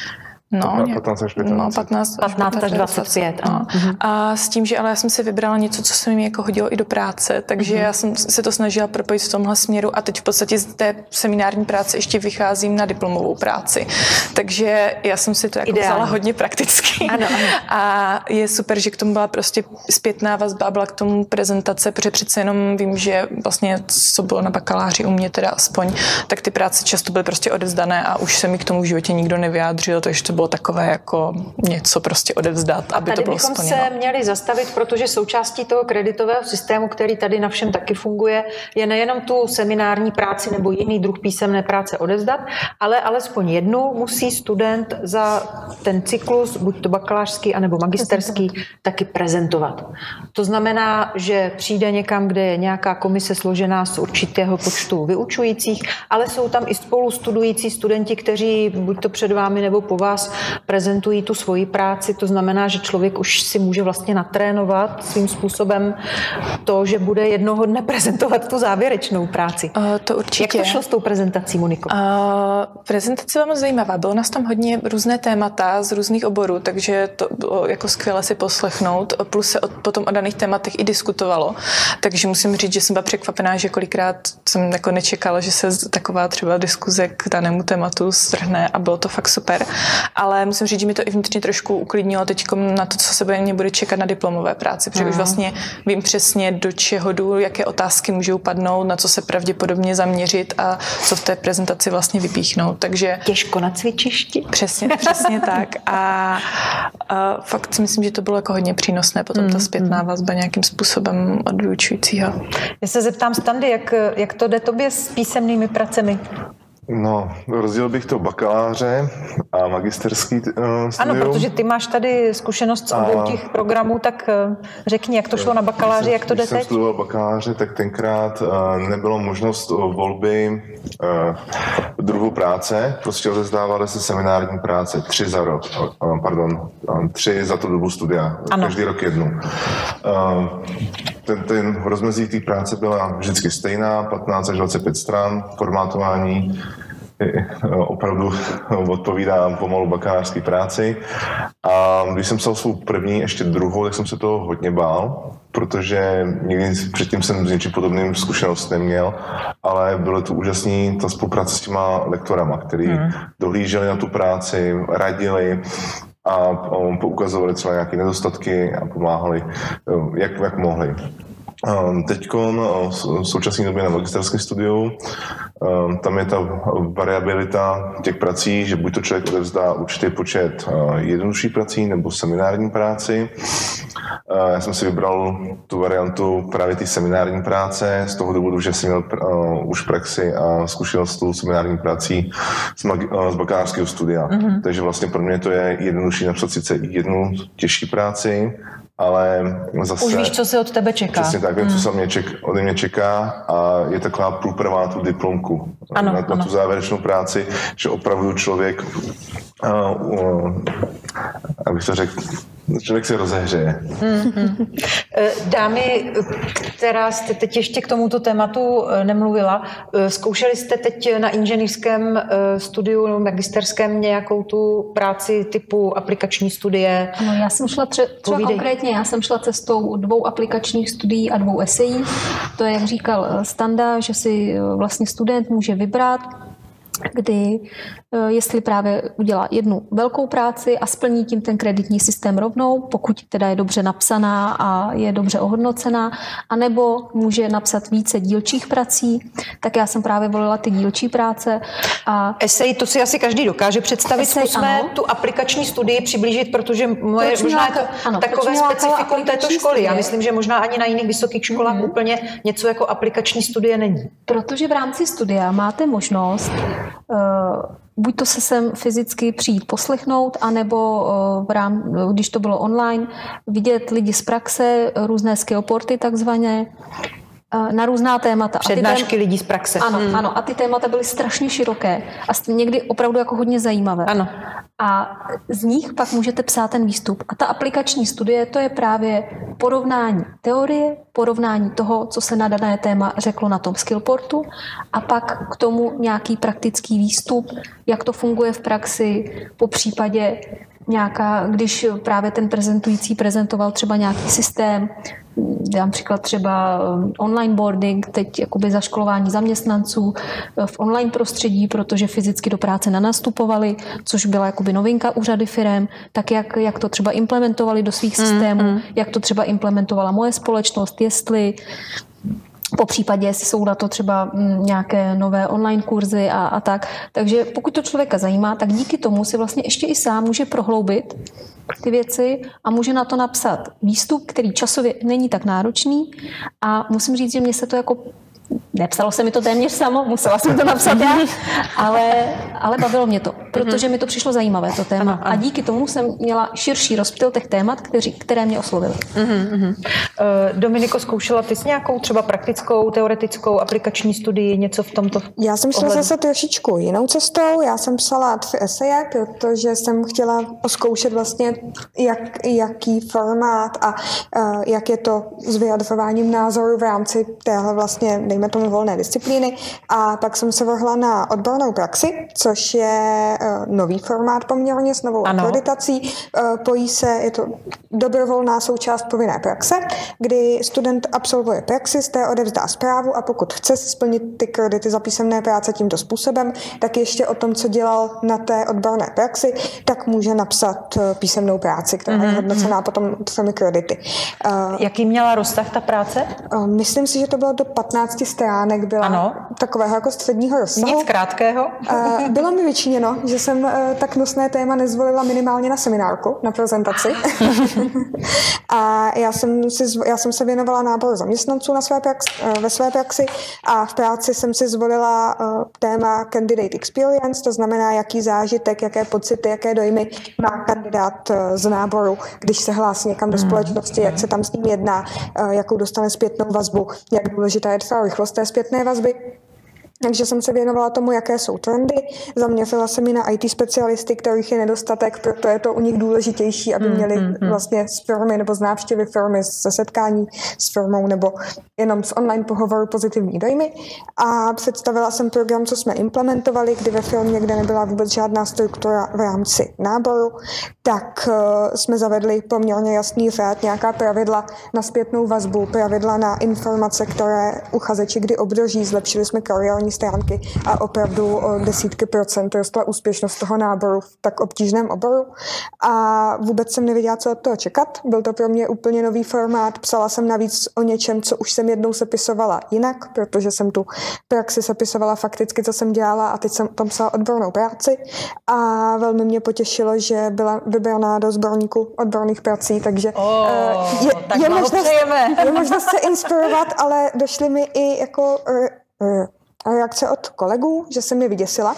No, patnáct až dvacet pět. No, patnáct, patnáct až dvacet pět. No. Mm-hmm. A s tím, že ale já jsem si vybrala něco, co se mi jako hodilo i do práce, takže mm-hmm. já jsem se to snažila propojit v tomhle směru a teď v podstatě z té seminární práce ještě vycházím na diplomovou práci. Takže já jsem si to jako Ideální. vzala hodně prakticky. Ano, ano. A je super, že k tomu byla prostě zpětná vazba, byla k tomu prezentace, protože přece jenom vím, že vlastně co bylo na bakaláři u mě teda aspoň, tak ty práce často byly prostě odevzdané a už se mi k tomu v životě nikdo nevyjádřil, takže to bylo takové jako něco prostě odevzdat, aby to bylo bychom splněno. se měli zastavit, protože součástí toho kreditového systému, který tady na všem taky funguje, je nejenom tu seminární práci nebo jiný druh písemné práce odevzdat, ale alespoň jednu musí student za ten cyklus, buď to bakalářský, anebo magisterský, taky prezentovat. To znamená, že přijde někam, kde je nějaká komise složená z určitého počtu vyučujících, ale jsou tam i spolu studující studenti, kteří buď to před vámi nebo po vás prezentují tu svoji práci. To znamená, že člověk už si může vlastně natrénovat svým způsobem to, že bude jednoho dne prezentovat tu závěrečnou práci. Uh, to určitě. Jak to šlo s tou prezentací, Moniko? Uh, prezentace byla moc zajímavá. Bylo nás tam hodně různé témata z různých oborů, takže to bylo jako skvěle si poslechnout. Plus se o, potom o daných tématech i diskutovalo. Takže musím říct, že jsem byla překvapená, že kolikrát jsem jako nečekala, že se taková třeba diskuze k danému tématu strhne a bylo to fakt super. Ale musím říct, že mi to i vnitřně trošku uklidnilo teď na to, co se mě bude čekat na diplomové práci, protože Aha. už vlastně vím přesně, do čeho jdu, jaké otázky můžou padnout, na co se pravděpodobně zaměřit a co v té prezentaci vlastně vypíchnout. Takže těžko na cvičišti. Přesně, přesně tak. A, a fakt si myslím, že to bylo jako hodně přínosné potom mm, ta zpětná vazba nějakým způsobem od vyučujícího. Já se zeptám, Standy, jak, jak to jde tobě s písemnými pracemi? No, rozdělil bych to bakaláře a magisterský uh, studium. Ano, protože ty máš tady zkušenost z obou těch programů, tak uh, řekni, jak to šlo na bakaláři, jak to jde teď? Když jsem studoval bakaláře, tak tenkrát uh, nebylo možnost uh, volby uh, druhu práce, prostě odezdávaly se seminární práce, tři za rok, uh, pardon, uh, tři za tu dobu studia, ano. Každý rok jednu. Uh, ten, ten rozmezí té práce byla vždycky stejná, patnáct až dvacet pět stran, formátování, opravdu odpovídá pomalu bakalářské práci. A když jsem psal svou první, ještě druhou, tak jsem se toho hodně bál, protože nikdy předtím jsem s něčím podobným zkušenost neměl, ale bylo to úžasný ta spolupráce s těma lektorama, který hmm. dohlíželi na tu práci, radili a poukazovali třeba nějaké nedostatky a pomáhali, jak, jak mohli. Teď v současné době na magisterském studiu, tam je ta variabilita těch prací, že buď to člověk odevzdá určitý počet jednodušších prací nebo seminární práci. Já jsem si vybral tu variantu právě té seminární práce z toho důvodu, že jsem měl už praxi a zkušenost s tou seminární prací z, mag- z bakalářského studia. Mm-hmm. Takže vlastně pro mě to je jednodušší napsat sice jednu těžší práci, ale zase... Už víš, co se od tebe čeká. Přesně tak, vím, hmm. co se mě ček, ode mě čeká a je taková průprava na tu diplomku, ano, na, na tu závěrečnou práci, že opravdu člověk, uh, uh, abych to řekl, člověk se rozehřeje. Mm-hmm. Dámy, která jste teď ještě k tomuto tématu nemluvila, zkoušeli jste teď na inženýrském studiu nebo magisterském nějakou tu práci typu aplikační studie? No, já jsem šla tře- třeba Povídej. konkrétně, já jsem šla cestou dvou aplikačních studií a dvou esejí. To je, jak říkal Standa, že si vlastně student může vybrat, kdy jestli právě udělá jednu velkou práci a splní tím ten kreditní systém rovnou, pokud teda je dobře napsaná a je dobře ohodnocená, anebo může napsat více dílčích prací, tak já jsem právě volila ty dílčí práce. A esej, to si asi každý dokáže představit. Esej, Zkusme ano. tu aplikační studii přiblížit, protože moje, možná je to ano, takové specifikum této školy. Studie? Já myslím, že možná ani na jiných vysokých školách mm-hmm. úplně něco jako aplikační studie není. Protože v rámci studia máte možnost uh, buď to se sem fyzicky přijít poslechnout, anebo v rám, když to bylo online, vidět lidi z praxe, různé skillporty takzvané, na různá témata. Přednášky tém... lidí z praxe. Ano, hmm. ano. A ty témata byly strašně široké a někdy opravdu jako hodně zajímavé. Ano. A z nich pak můžete psát ten výstup. A ta aplikační studie, to je právě porovnání teorie, porovnání toho, co se na dané téma řeklo na tom Skillportu a pak k tomu nějaký praktický výstup, jak to funguje v praxi, po případě nějaká, když právě ten prezentující prezentoval třeba nějaký systém, dám příklad třeba online boarding, teď jakoby zaškolování zaměstnanců v online prostředí, protože fyzicky do práce nenastupovali, což byla jakoby novinka u řady firem, tak jak, jak to třeba implementovali do svých systémů, mm, mm. jak to třeba implementovala moje společnost, jestli po případě, jestli jsou na to třeba nějaké nové online kurzy a, a tak. Takže pokud to člověka zajímá, tak díky tomu si vlastně ještě i sám může prohloubit ty věci a může na to napsat výstup, který časově není tak náročný a musím říct, že mě se to jako nepsalo se mi to téměř samo, musela jsem to napsat já, ale, ale bavilo mě to, protože mi to přišlo zajímavé, to téma. Ano, ano. A díky tomu jsem měla širší rozptyl těch témat, kteří, které mě oslovily. Uh-huh, uh-huh. Uh, Dominiko, zkoušela ty s nějakou třeba praktickou, teoretickou, aplikační studii, něco v tomto Já jsem šla zase trošičku jinou cestou. Já jsem psala tři eseje, protože jsem chtěla zkoušet vlastně, jak, jaký formát a uh, jak je to s vyjadřováním názoru v rámci téhle vlastně dejme tomu volné disciplíny a pak jsem se vrhla na odbornou praxi, což je uh, nový formát poměrně s novou ano. akreditací. Uh, pojí se, je to dobrovolná součást povinné praxe, kdy student absolvuje praxi, z té odevzdá zprávu a pokud chce splnit ty kredity za písemné práce tímto způsobem, tak ještě o tom, co dělal na té odborné praxi, tak může napsat uh, písemnou práci, která mm-hmm. je hodnocená potom třemi kredity. Uh, Jaký měla rozsah ta práce? Uh, myslím si, že to bylo do patnácti stránek, byla ano. takového jako středního rozsahu. Nic krátkého. Uh, bylo mi vyčiněno, že jsem uh, tak nosné téma nezvolila minimálně na seminárku, na prezentaci. A já jsem, si, já jsem se věnovala náboru zaměstnanců na své praxi, uh, ve své praxi a v práci jsem si zvolila uh, téma Candidate Experience, to znamená, jaký zážitek, jaké pocity, jaké dojmy má kandidát uh, z náboru, když se hlásí někam do společnosti, jak se tam s ním jedná, uh, jakou dostane zpětnou vazbu, jak důležitá je třeba rychlost té zpětné vazby. Takže jsem se věnovala tomu, jaké jsou trendy. Zaměřila jsem i na í té specialisty, kterých je nedostatek, proto je to u nich důležitější, aby měli mm, mm, mm. vlastně z firmy nebo z návštěvy firmy, ze setkání s firmou nebo jenom z online pohovoru pozitivní dojmy. A představila jsem program, co jsme implementovali, kdy ve firmě, kde nebyla vůbec žádná struktura v rámci náboru, tak uh, jsme zavedli poměrně jasný řád, nějaká pravidla na zpětnou vazbu, pravidla na informace, které uchazeči kdy obdrží, zlepšili jsme kariérní stránky a opravdu o desítky procent rostla úspěšnost toho náboru v tak obtížném oboru. A vůbec jsem nevěděla, co od toho čekat. Byl to pro mě úplně nový formát. Psala jsem navíc o něčem, co už jsem jednou sepisovala jinak, protože jsem tu praxi sepisovala fakticky, co jsem dělala a teď jsem tam psala odbornou práci. A velmi mě potěšilo, že byla vybraná do sborníku odborných prací, takže oh, je, tak je, možnost, je možnost se inspirovat, ale došly mi i jako reakce od kolegů, že jsem je vyděsila.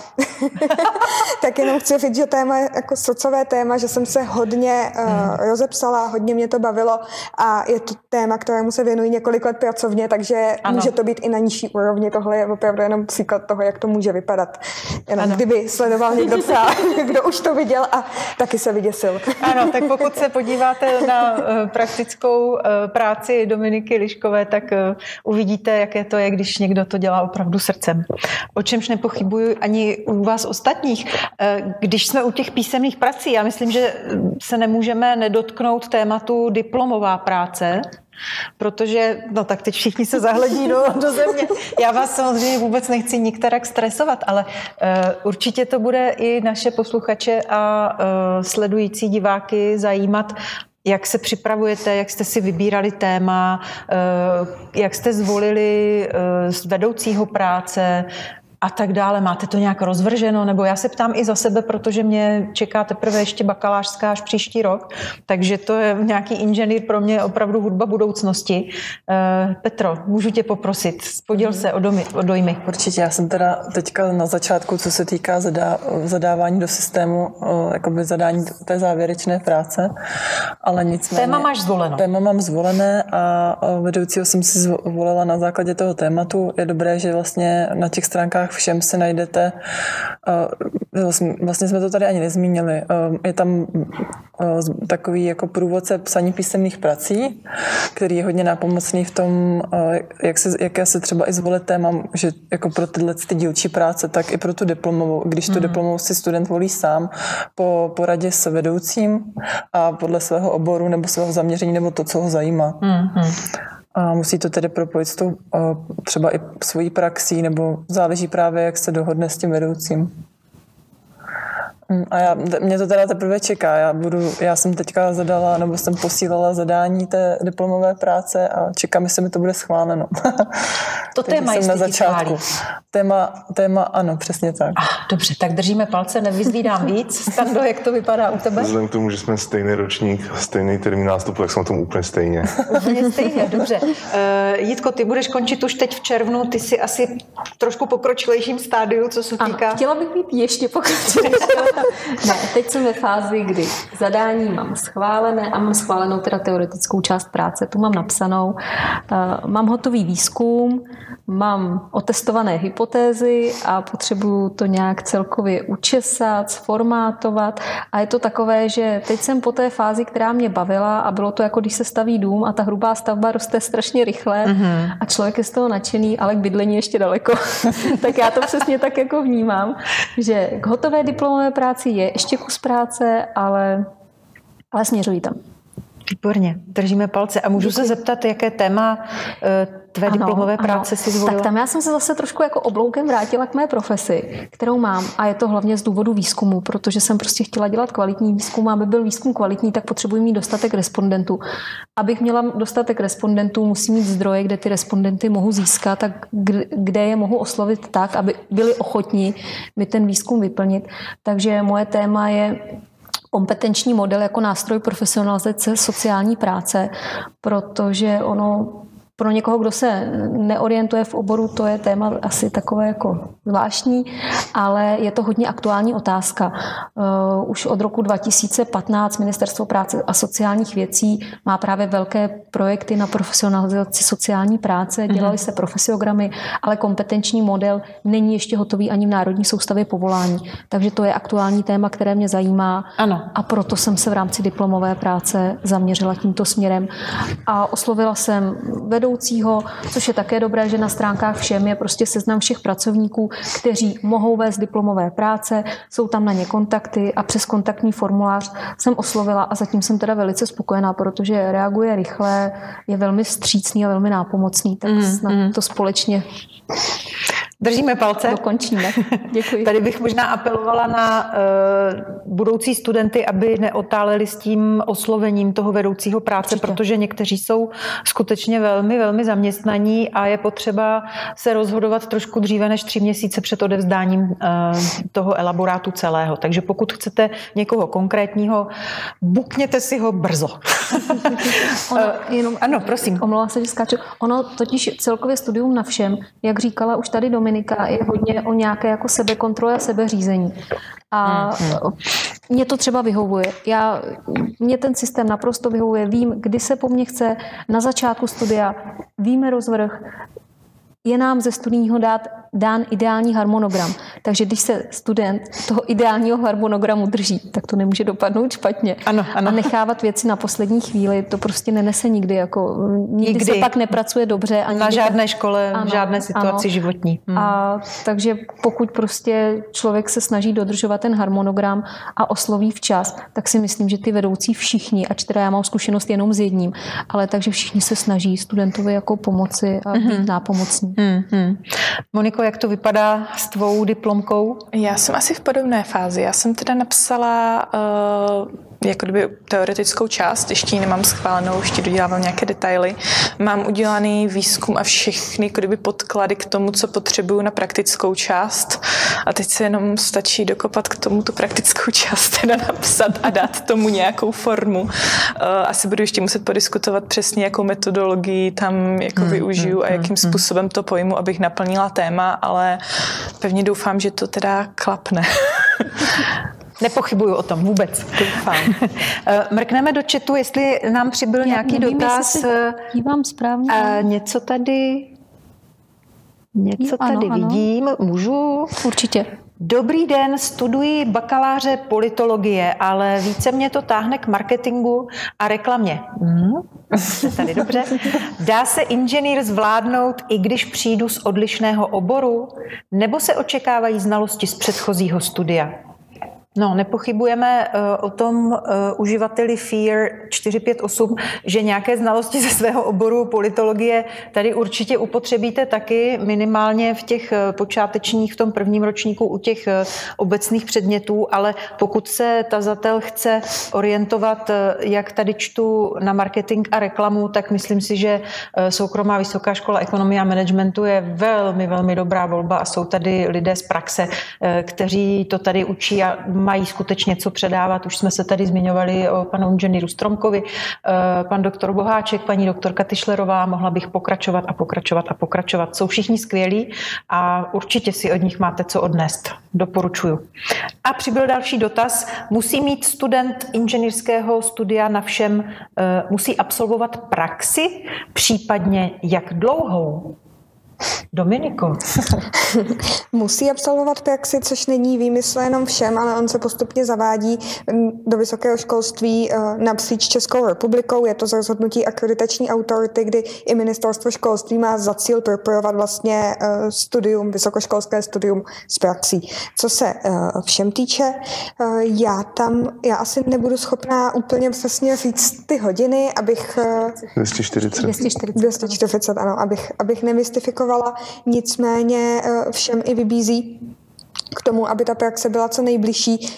Tak jenom chci říct, že téma je jako srdcové téma, že jsem se hodně uh, rozepsala, hodně mě to bavilo a je to téma, kterému se věnují několik let pracovně, takže ano. může to být i na nižší úrovni. Tohle je opravdu jenom příklad toho, jak to může vypadat. Jenom ano. kdyby sledoval někdo třeba, kdo už to viděl a taky se vyděsil. Ano, tak pokud se podíváte na uh, praktickou uh, práci Dominiky Liškové, tak uh, uvidíte, jaké to je, když někdo to dělá opravdu srdcem. O čemž nepochybuju ani u vás ostatních. Když jsme u těch písemných prací, já myslím, že se nemůžeme nedotknout tématu diplomová práce, protože, no tak teď všichni se zahledí do, do země. Já vás samozřejmě vůbec nechci nikterak stresovat, ale uh, určitě to bude i naše posluchače a uh, sledující diváky zajímat, jak se připravujete, jak jste si vybírali téma, jak jste zvolili z vedoucího práce, a tak dále. Máte to nějak rozvrženo? Nebo já se ptám i za sebe, protože mě čeká teprve ještě bakalářská až příští rok, takže to je nějaký inženýr pro mě opravdu hudba budoucnosti. Uh, Petro, můžu tě poprosit, poděl se o, domy, o dojmy. Určitě, já jsem teda teďka na začátku, co se týká zadá, zadávání do systému, jakoby zadání té závěrečné práce, ale nicméně... Téma máš zvoleno. Téma mám zvolené a vedoucího jsem si zvolila na základě toho tématu. Je dobré, že vlastně na těch stránkách všem si najdete, vlastně jsme to tady ani nezmínili, je tam takový jako průvodce psaní písemných prací, který je hodně nápomocný v tom, jak se, jaké se třeba i zvolit téma, že jako pro tyhle ty dílčí práce, tak i pro tu diplomovou, když tu mm. diplomovou si student volí sám po poradě s vedoucím a podle svého oboru nebo svého zaměření nebo to, co ho zajímá. Mm. A musí to tedy propojit s tou třeba i svojí praxí, nebo záleží právě, jak se dohodne s tím vedoucím. A já, mě to teda teprve čeká. Já, budu, já jsem teďka zadala, nebo jsem posílala zadání té diplomové práce a čekám, jestli mi to bude schváleno. To téma jsem na začátku. Téma, téma, ano, přesně tak. Ah, dobře, tak držíme palce, nevyzvídám víc. Stando, jak to vypadá u tebe? Vzhledem k tomu, že jsme stejný ročník, stejný termín nástupu, tak jsme o tom úplně stejně. Úplně stejně, dobře. Uh, Jitko, ty budeš končit už teď v červnu, ty jsi asi trošku pokročilejším stádiu, co se týká... Ano, chtěla bych být ještě pokročilejší. Ne, teď jsem ve fázi, kdy zadání mám schválené a mám schválenou teda teoretickou část práce, tu mám napsanou. Uh, mám hotový výzkum, mám otestované hypotézy a potřebuju to nějak celkově učesat, sformátovat a je to takové, že teď jsem po té fázi, která mě bavila a bylo to jako když se staví dům a ta hrubá stavba roste strašně rychle mm-hmm. a člověk je z toho nadšený, ale k bydlení ještě daleko. Tak já to přesně tak jako vnímám, že k hotové diplomové práci je ještě kus práce, ale, ale směřují tam. Výborně, držíme palce. A můžu Děkuji. se zeptat, jaké téma tvé ano, diplomové práce ano. si zvolila? Tak tam já jsem se zase trošku jako obloukem vrátila k mé profesi, kterou mám a je to hlavně z důvodu výzkumu, protože jsem prostě chtěla dělat kvalitní výzkum a aby byl výzkum kvalitní, tak potřebuji mít dostatek respondentů. Abych měla dostatek respondentů, musím mít zdroje, kde ty respondenty mohu získat a kde je mohu oslovit tak, aby byli ochotní mi ten výzkum vyplnit. Takže moje téma je kompetenční model jako nástroj profesionalizace sociální práce, protože ono pro někoho, kdo se neorientuje v oboru, to je téma asi takové jako zvláštní, ale je to hodně aktuální otázka. Už od roku dva tisíce patnáct Ministerstvo práce a sociálních věcí má právě velké projekty na profesionalizaci sociální práce, dělaly se profesiogramy, ale kompetenční model není ještě hotový ani v Národní soustavě povolání. Takže to je aktuální téma, které mě zajímá. Ano. A proto jsem se v rámci diplomové práce zaměřila tímto směrem. A oslovila jsem vedoucího, což je také dobré, že na stránkách všem je prostě seznam všech pracovníků, kteří mohou vést diplomové práce, jsou tam na ně kontakty a přes kontaktní formulář jsem oslovila a zatím jsem teda velice spokojená, protože reaguje rychle, je velmi vstřícný a velmi nápomocný, tak mm, snad mm. to společně držíme palce. Dokončíme. Děkuji. Tady bych možná apelovala na uh, budoucí studenty, aby neotáleli s tím oslovením toho vedoucího práce, Určitě. protože někteří jsou skutečně velmi, velmi zaměstnaní a je potřeba se rozhodovat trošku dříve než tři měsíce před odevzdáním uh, toho elaborátu celého. Takže pokud chcete někoho konkrétního, bukněte si ho brzo. ono, jenom, ano, prosím. Omlouvám se, že skáču. Ono totiž celkově studium na všem, jak říkala už tady Dominika, je hodně o nějaké jako sebekontrole a sebeřízení. A hmm. mě to třeba vyhovuje. Já, mě ten systém naprosto vyhovuje. Vím, kdy se po mně chce na začátku studia, víme rozvrh, je nám ze studijního dát dán ideální harmonogram. Takže když se student toho ideálního harmonogramu drží, tak to nemůže dopadnout špatně. Ano, ano. A nechávat věci na poslední chvíli, to prostě nenese nikdy. Jako, nikdy, nikdy. se pak nepracuje dobře. A na žádné škole, ano, v žádné situaci ano. životní. Hmm. A takže pokud prostě člověk se snaží dodržovat ten harmonogram a osloví včas, tak si myslím, že ty vedoucí všichni, ač teda já mám zkušenost jenom s jedním, ale takže všichni se snaží studentovi jako pomoci a být hmm. nápomocní. Hmm. Hmm. Moniko, jak to vypadá s tvou diplomkou? Já jsem asi v podobné fázi. Já jsem teda napsala uh, jako kdyby teoretickou část, ještě ji nemám schválenou, ještě dodělávám nějaké detaily. Mám udělaný výzkum a všechny jako kdyby podklady k tomu, co potřebuju na praktickou část. A teď se jenom stačí dokopat k tomu tu praktickou část, teda napsat a dát tomu nějakou formu. Asi budu ještě muset podiskutovat přesně, jakou metodologii tam jako hmm, využiju hmm, a jakým hmm, způsobem to pojmu, abych naplnila téma, ale pevně doufám, že to teda klapne. Nepochybuju o tom vůbec. Doufám. Mrkneme do chatu, jestli nám přibyl nějaký nevím, dotaz. jestli se dívám správně. A něco tady, něco Jo, ano, tady ano. vidím. Můžu? Určitě. Dobrý den, studuji bakaláře politologie, ale více mě to táhne k marketingu a reklamě. Hmm? Jste tady dobře. Dá se inženýr zvládnout, i když přijdu z odlišného oboru? Nebo se očekávají znalosti z předchozího studia? No, nepochybujeme uh, o tom uh, uživateli F E A R čtyři pět osm, že nějaké znalosti ze svého oboru politologie tady určitě upotřebíte taky, minimálně v těch uh, počátečních, v tom prvním ročníku u těch uh, obecných předmětů, ale pokud se tazatel chce orientovat, uh, jak tady čtu, na marketing a reklamu, tak myslím si, že uh, soukromá vysoká škola ekonomie a managementu je velmi, velmi dobrá volba a jsou tady lidé z praxe, uh, kteří to tady učí a mají skutečně co předávat. Už jsme se tady zmiňovali o panu inženýru Stromkovi, pan doktor Boháček, paní doktorka Tyšlerová, mohla bych pokračovat a pokračovat a pokračovat. Jsou všichni skvělí a určitě si od nich máte co odnést. Doporučuju. A přibyl další dotaz. Musí mít student inženýrského studia na všem, musí absolvovat praxi, případně jak dlouhou? Dominiko. Musí absolvovat praxi, což není výmysl jenom všem, ale on se postupně zavádí do vysokého školství napříč Českou republikou. Je to z rozhodnutí akreditační autority, kdy i ministerstvo školství má za cíl propojovat vlastně studium, vysokoškolské studium s praxí. Co se všem týče, já tam, já asi nebudu schopná úplně přesně říct ty hodiny, abych... dvě stě čtyřicet. dvě stě čtyřicet, ano, abych, abych nemystifikovala. Nicméně všem i vybízí k tomu, aby ta praxe byla co nejbližší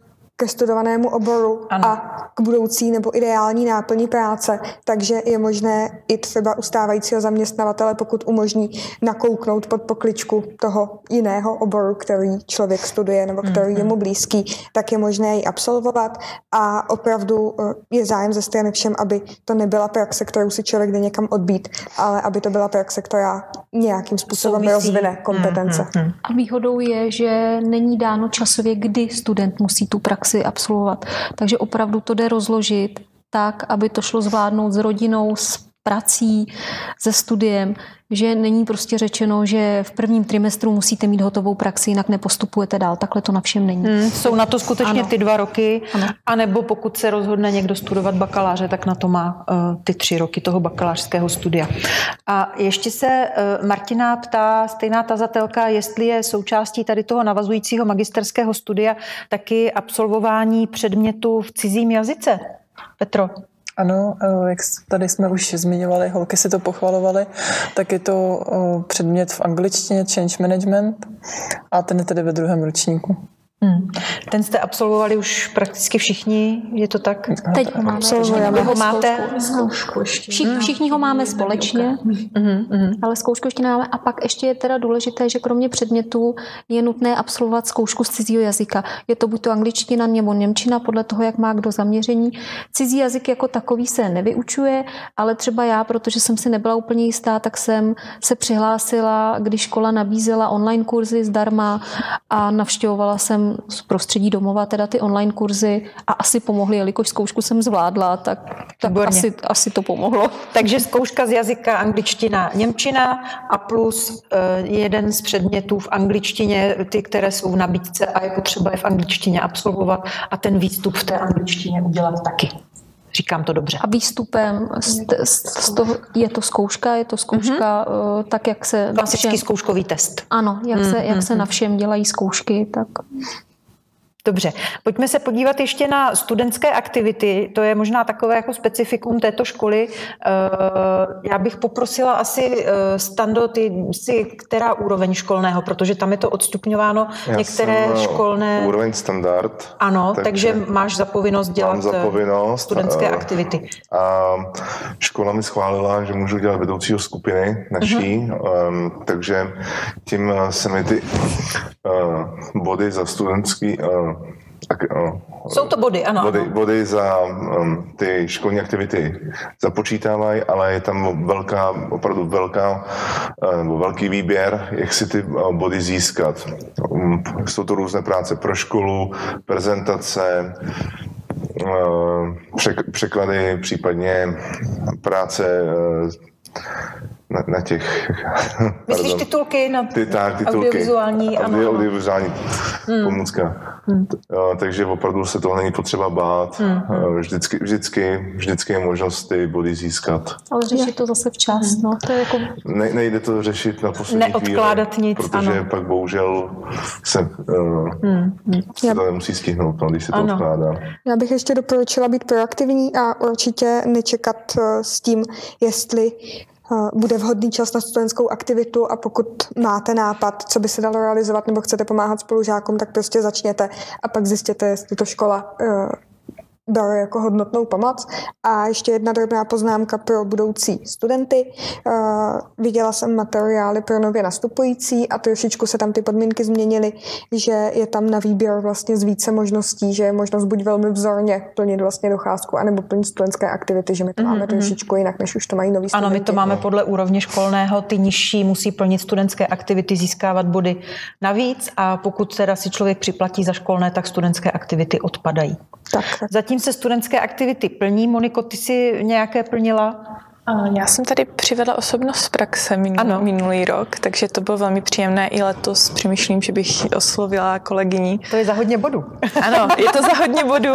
ke studovanému oboru ano. a k budoucí nebo ideální náplní práce. Takže je možné i třeba u stávajícího zaměstnavatele, pokud umožní nakouknout pod pokličku toho jiného oboru, který člověk studuje nebo který je mu blízký, tak je možné ji absolvovat a opravdu je zájem ze strany všem, aby to nebyla praxe, kterou si člověk jde někam odbít, ale aby to byla praxe, která nějakým způsobem Souvisí. rozvine kompetence. Hmm, hmm, hmm. A výhodou je, že není dáno časově, kdy student musí tu praxi absolvovat. Takže opravdu to jde rozložit tak, aby to šlo zvládnout s rodinou, s prací, se studiem, že není prostě řečeno, že v prvním trimestru musíte mít hotovou praxi, jinak nepostupujete dál. Takhle to na všem není. Hmm, jsou na to skutečně ano. ty dva roky, ano. anebo pokud se rozhodne někdo studovat bakaláře, tak na to má uh, ty tři roky toho bakalářského studia. A ještě se uh, Martina ptá, stejná tazatelka, jestli je součástí tady toho navazujícího magisterského studia taky absolvování předmětu v cizím jazyce. Petro? Ano, jak tady jsme už zmiňovali, holky si to pochvalovaly, tak je to předmět v angličtině Change Management a ten je tedy ve druhém ročníku. Hmm. Ten jste absolvovali už prakticky všichni, je to tak? Teď ho máme. Vy ho máte? Všich, všichni ho máme společně, mm-hmm. ale zkoušku ještě nemáme. A pak ještě je teda důležité, že kromě předmětů je nutné absolvovat zkoušku z cizího jazyka. Je to buď to angličtina nebo němčina, podle toho, jak má kdo zaměření. Cizí jazyk jako takový se nevyučuje, ale třeba já, protože jsem si nebyla úplně jistá, tak jsem se přihlásila, když škola nabízela online kurzy zdarma a navštěvovala jsem z prostředí domova teda ty online kurzy a asi pomohly, jelikož zkoušku jsem zvládla, tak, tak asi, asi to pomohlo. Takže zkouška z jazyka angličtina, němčina a plus uh, jeden z předmětů v angličtině, ty, které jsou v nabídce a je potřeba je v angličtině absolvovat a ten výstup v té angličtině udělat taky. Říkám to dobře. A výstupem z, z, z toho, je to zkouška, je to zkouška mm-hmm. tak, jak se... Klasický všem, zkouškový test. Ano, jak, mm-hmm. se, jak se na všem dělají zkoušky, tak... Dobře, pojďme se podívat ještě na studentské aktivity. To je možná takové jako specifikum této školy. Já bych poprosila asi, Stando, ty si která úroveň školného, protože tam je to odstupňováno. Já některé jsem školné... úroveň standard. Ano, takže, takže máš za povinnost dělat za povinnost, studentské a, aktivity. A škola mi schválila, že můžu dělat vedoucího skupiny naší, uh-huh. um, takže tím se mi ty uh, body za studentský uh, Jsou to body, ano. Body, ano. body za um, ty školní aktivity započítávají, ale je tam velká, opravdu velká, uh, nebo velký výběr, jak si ty uh, body získat. Um, jsou to různé práce pro školu, prezentace, uh, přek, překlady, případně práce uh, na, na těch... Myslíš titulky na ty, tak, titulky, audiovizuální, audio, ano. audiovizuální hmm. pomůcka. Hmm. Takže opravdu se toho není potřeba bát. Hmm. Vždycky, vždycky, vždycky je možnost ty body získat. Ale řešit to zase včas. Hmm. No, to je jako... ne, nejde to řešit na poslední Neodkládat chvíli, nic, protože ano. pak bohužel se, uh, hmm. se to nemusí stihnout, no, když se to ano. odkládá. Já bych ještě doporučila být proaktivní a určitě nečekat uh, s tím, jestli bude vhodný čas na studentskou aktivitu a pokud máte nápad, co by se dalo realizovat nebo chcete pomáhat spolužákům, tak prostě začněte a pak zjistěte, jestli to škola uh, bere jako hodnotnou pomoc. A ještě jedna drobná poznámka pro budoucí studenty. Uh, viděla jsem materiály pro nově nastupující a trošičku se tam ty podmínky změnily, že je tam na výběr vlastně z více možností, že je možnost buď velmi vzorně plnit vlastně docházku, anebo plnit studentské aktivity, že my to mm-hmm. máme trošičku jinak, než už to mají noví studenti. Ano, my to máme podle úrovně školného, ty nižší musí plnit studentské aktivity, získávat body navíc a pokud teda si člověk připlatí za školné, tak studentské aktivity odpadají. Tak. Zatím se studentské aktivity plní. Moniko, ty jsi nějaké plnila? Já jsem tady přivedla osobnost z praxe minulý, minulý rok, takže to bylo velmi příjemné. I letos přemýšlím, že bych oslovila kolegyni. To je za hodně bodů. Ano, je to za hodně bodů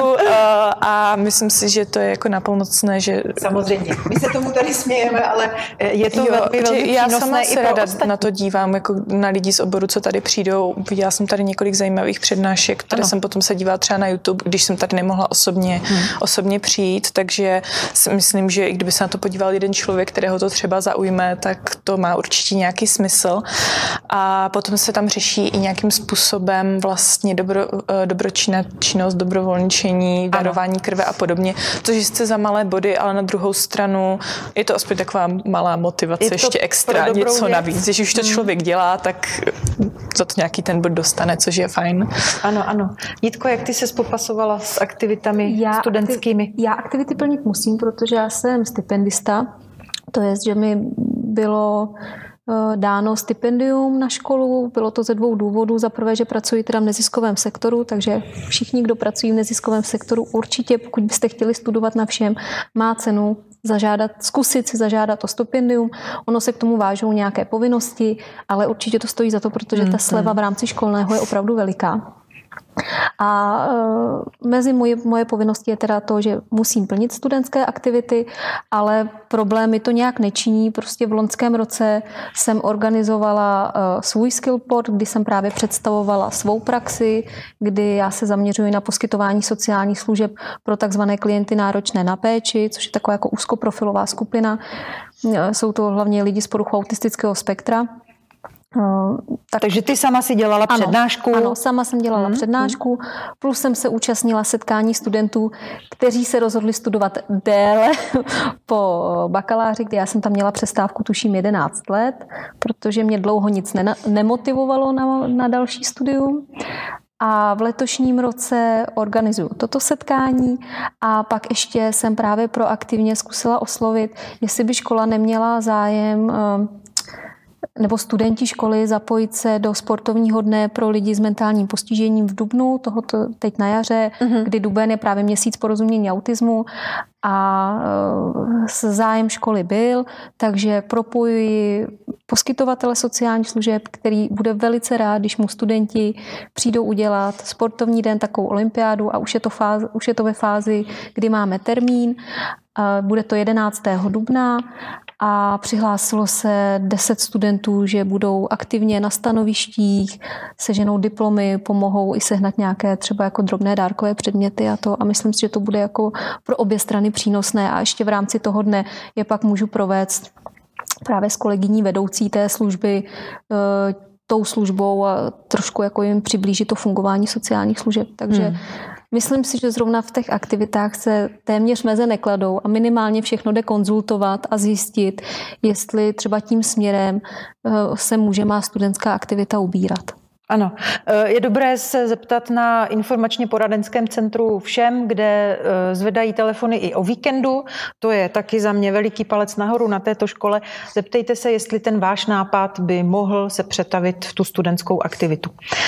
a myslím si, že to je jako napomocné, že... Samozřejmě. My se tomu tady smějeme, ale je to jo, velmi, velmi já sama se ráda ostatní. na to dívám, jako na lidi z oboru, co tady přijdou. Viděla jsem tady několik zajímavých přednášek, které ano. jsem potom se dívala třeba na YouTube, když jsem tady nemohla osobně, hmm. osobně přijít, takže si myslím, že i kdyby se na to podíval jeden člověk, kterého to třeba zaujme, tak to má určitě nějaký smysl. A potom se tam řeší i nějakým způsobem vlastně dobro, dobročinná činnost, dobrovolničení, darování krve a podobně. Což jste za malé body, ale na druhou stranu je to aspoň taková malá motivace, ještě extra něco věc. Navíc. Když už to člověk dělá, tak za to nějaký ten bod dostane, což je fajn. Ano, ano. Jitko, jak ty ses popasovala s aktivitami já studentskými? Aktiv, já aktivity plnit musím, protože já jsem stipendista. To je, že mi bylo dáno stipendium na školu. Bylo to ze dvou důvodů. Za prvé, že pracuji teda v neziskovém sektoru, takže všichni, kdo pracují v neziskovém sektoru, určitě, pokud byste chtěli studovat na všem, má cenu zažádat, zkusit si zažádat o stipendium. Ono se k tomu vážou nějaké povinnosti, ale určitě to stojí za to, protože ta sleva v rámci školného je opravdu veliká. A e, mezi moje, moje povinnosti je teda to, že musím plnit studentské aktivity, ale problémy to nějak nečiní. Prostě v loňském roce jsem organizovala e, svůj skillport, kdy jsem právě představovala svou praxi, kdy já se zaměřuji na poskytování sociálních služeb pro takzvané klienty náročné na péči, což je taková jako úzkoprofilová skupina. E, jsou to hlavně lidi s poruchou autistického spektra. Uh, tak, Takže ty sama si dělala ano, přednášku? Ano, sama jsem dělala hmm. přednášku, plus jsem se účastnila setkání studentů, kteří se rozhodli studovat déle po bakaláři, kdy já jsem tam měla přestávku tuším jedenáct let, protože mě dlouho nic ne- nemotivovalo na, na další studium. A v letošním roce organizuju toto setkání a pak ještě jsem právě proaktivně zkusila oslovit, jestli by škola neměla zájem nebo studenti školy zapojit se do sportovního dne pro lidi s mentálním postižením v dubnu, tohoto teď na jaře, mm-hmm. kdy duben je právě měsíc porozumění autismu a zájem školy byl, takže propojuji poskytovatele sociálních služeb, který bude velice rád, když mu studenti přijdou udělat sportovní den, takovou olympiádu a už je to, fáze, už je to ve fázi, kdy máme termín. Bude to jedenáctého dubna a přihlásilo se deset studentů, že budou aktivně na stanovištích, seženou diplomy, pomohou i sehnat nějaké třeba jako drobné dárkové předměty a to. A myslím si, že to bude jako pro obě strany přínosné a ještě v rámci toho dne je pak můžu provést právě s kolegyní vedoucí té služby tou službou a trošku jako jim přiblížit to fungování sociálních služeb. Takže hmm. myslím si, že zrovna v těch aktivitách se téměř meze nekladou a minimálně všechno jde konzultovat a zjistit, jestli třeba tím směrem se může má studentská aktivita ubírat. Ano, je dobré se zeptat na informačně poradenském centru Všem, kde zvedají telefony i o víkendu. To je taky za mě veliký palec nahoru na této škole. Zeptejte se, jestli ten váš nápad by mohl se přetavit v tu studentskou aktivitu.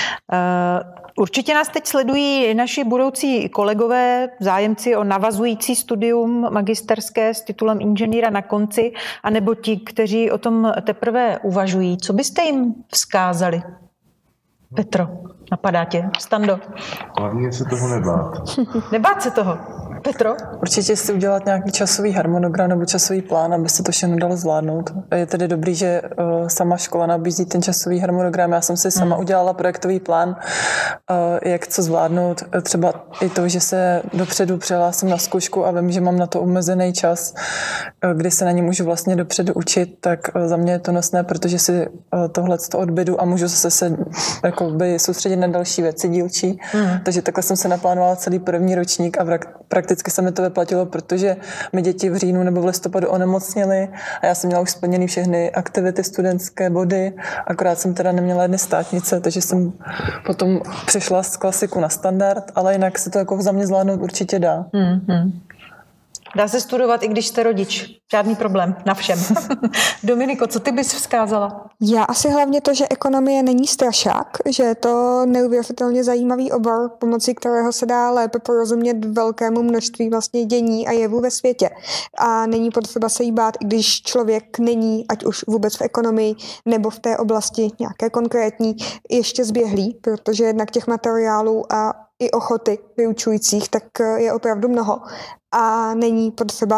Určitě nás teď sledují naši budoucí kolegové, zájemci o navazující studium magisterské s titulem inženýra na konci, anebo ti, kteří o tom teprve uvažují. Co byste jim vzkázali? Petro, napadá tě? Stando? Hlavně se toho nebát. Nebát se toho. Petro? Určitě si udělat nějaký časový harmonogram nebo časový plán, aby se to všechno dalo zvládnout. Je tedy dobrý, že uh, sama škola nabízí ten časový harmonogram. Já jsem si sama hmm. udělala projektový plán, uh, jak co zvládnout. Třeba i to, že se dopředu přihlásím na zkoušku a vím, že mám na to omezený čas, uh, kdy se na ně můžu vlastně dopředu učit, tak uh, za mě je to nosné, protože si uh, tohle to odbydu a můžu zase se jako by soustředit na další věci dílčí. Hmm. Takže takhle jsem se naplánovala celý první ročník a prakticky Vždycky se mi to vyplatilo, protože mi děti v říjnu nebo v listopadu onemocněly a já jsem měla už splněny všechny aktivity, studentské body, akorát jsem teda neměla jedny státnice, takže jsem potom přešla z klasiku na standard, ale jinak se to jako za mě zvládnout určitě dá. Mm-hmm. Dá se studovat, i když jste rodič. Žádný problém, na všem. Dominiko, co ty bys vzkázala? Já asi hlavně to, že ekonomie není strašák, že je to neuvěřitelně zajímavý obor, pomocí kterého se dá lépe porozumět velkému množství vlastně dění a jevů ve světě. A není potřeba se jí bát, i když člověk není, ať už vůbec v ekonomii nebo v té oblasti nějaké konkrétní, ještě zběhlý, protože jednak těch materiálů a i ochoty vyučujících, tak je opravdu mnoho. A není potřeba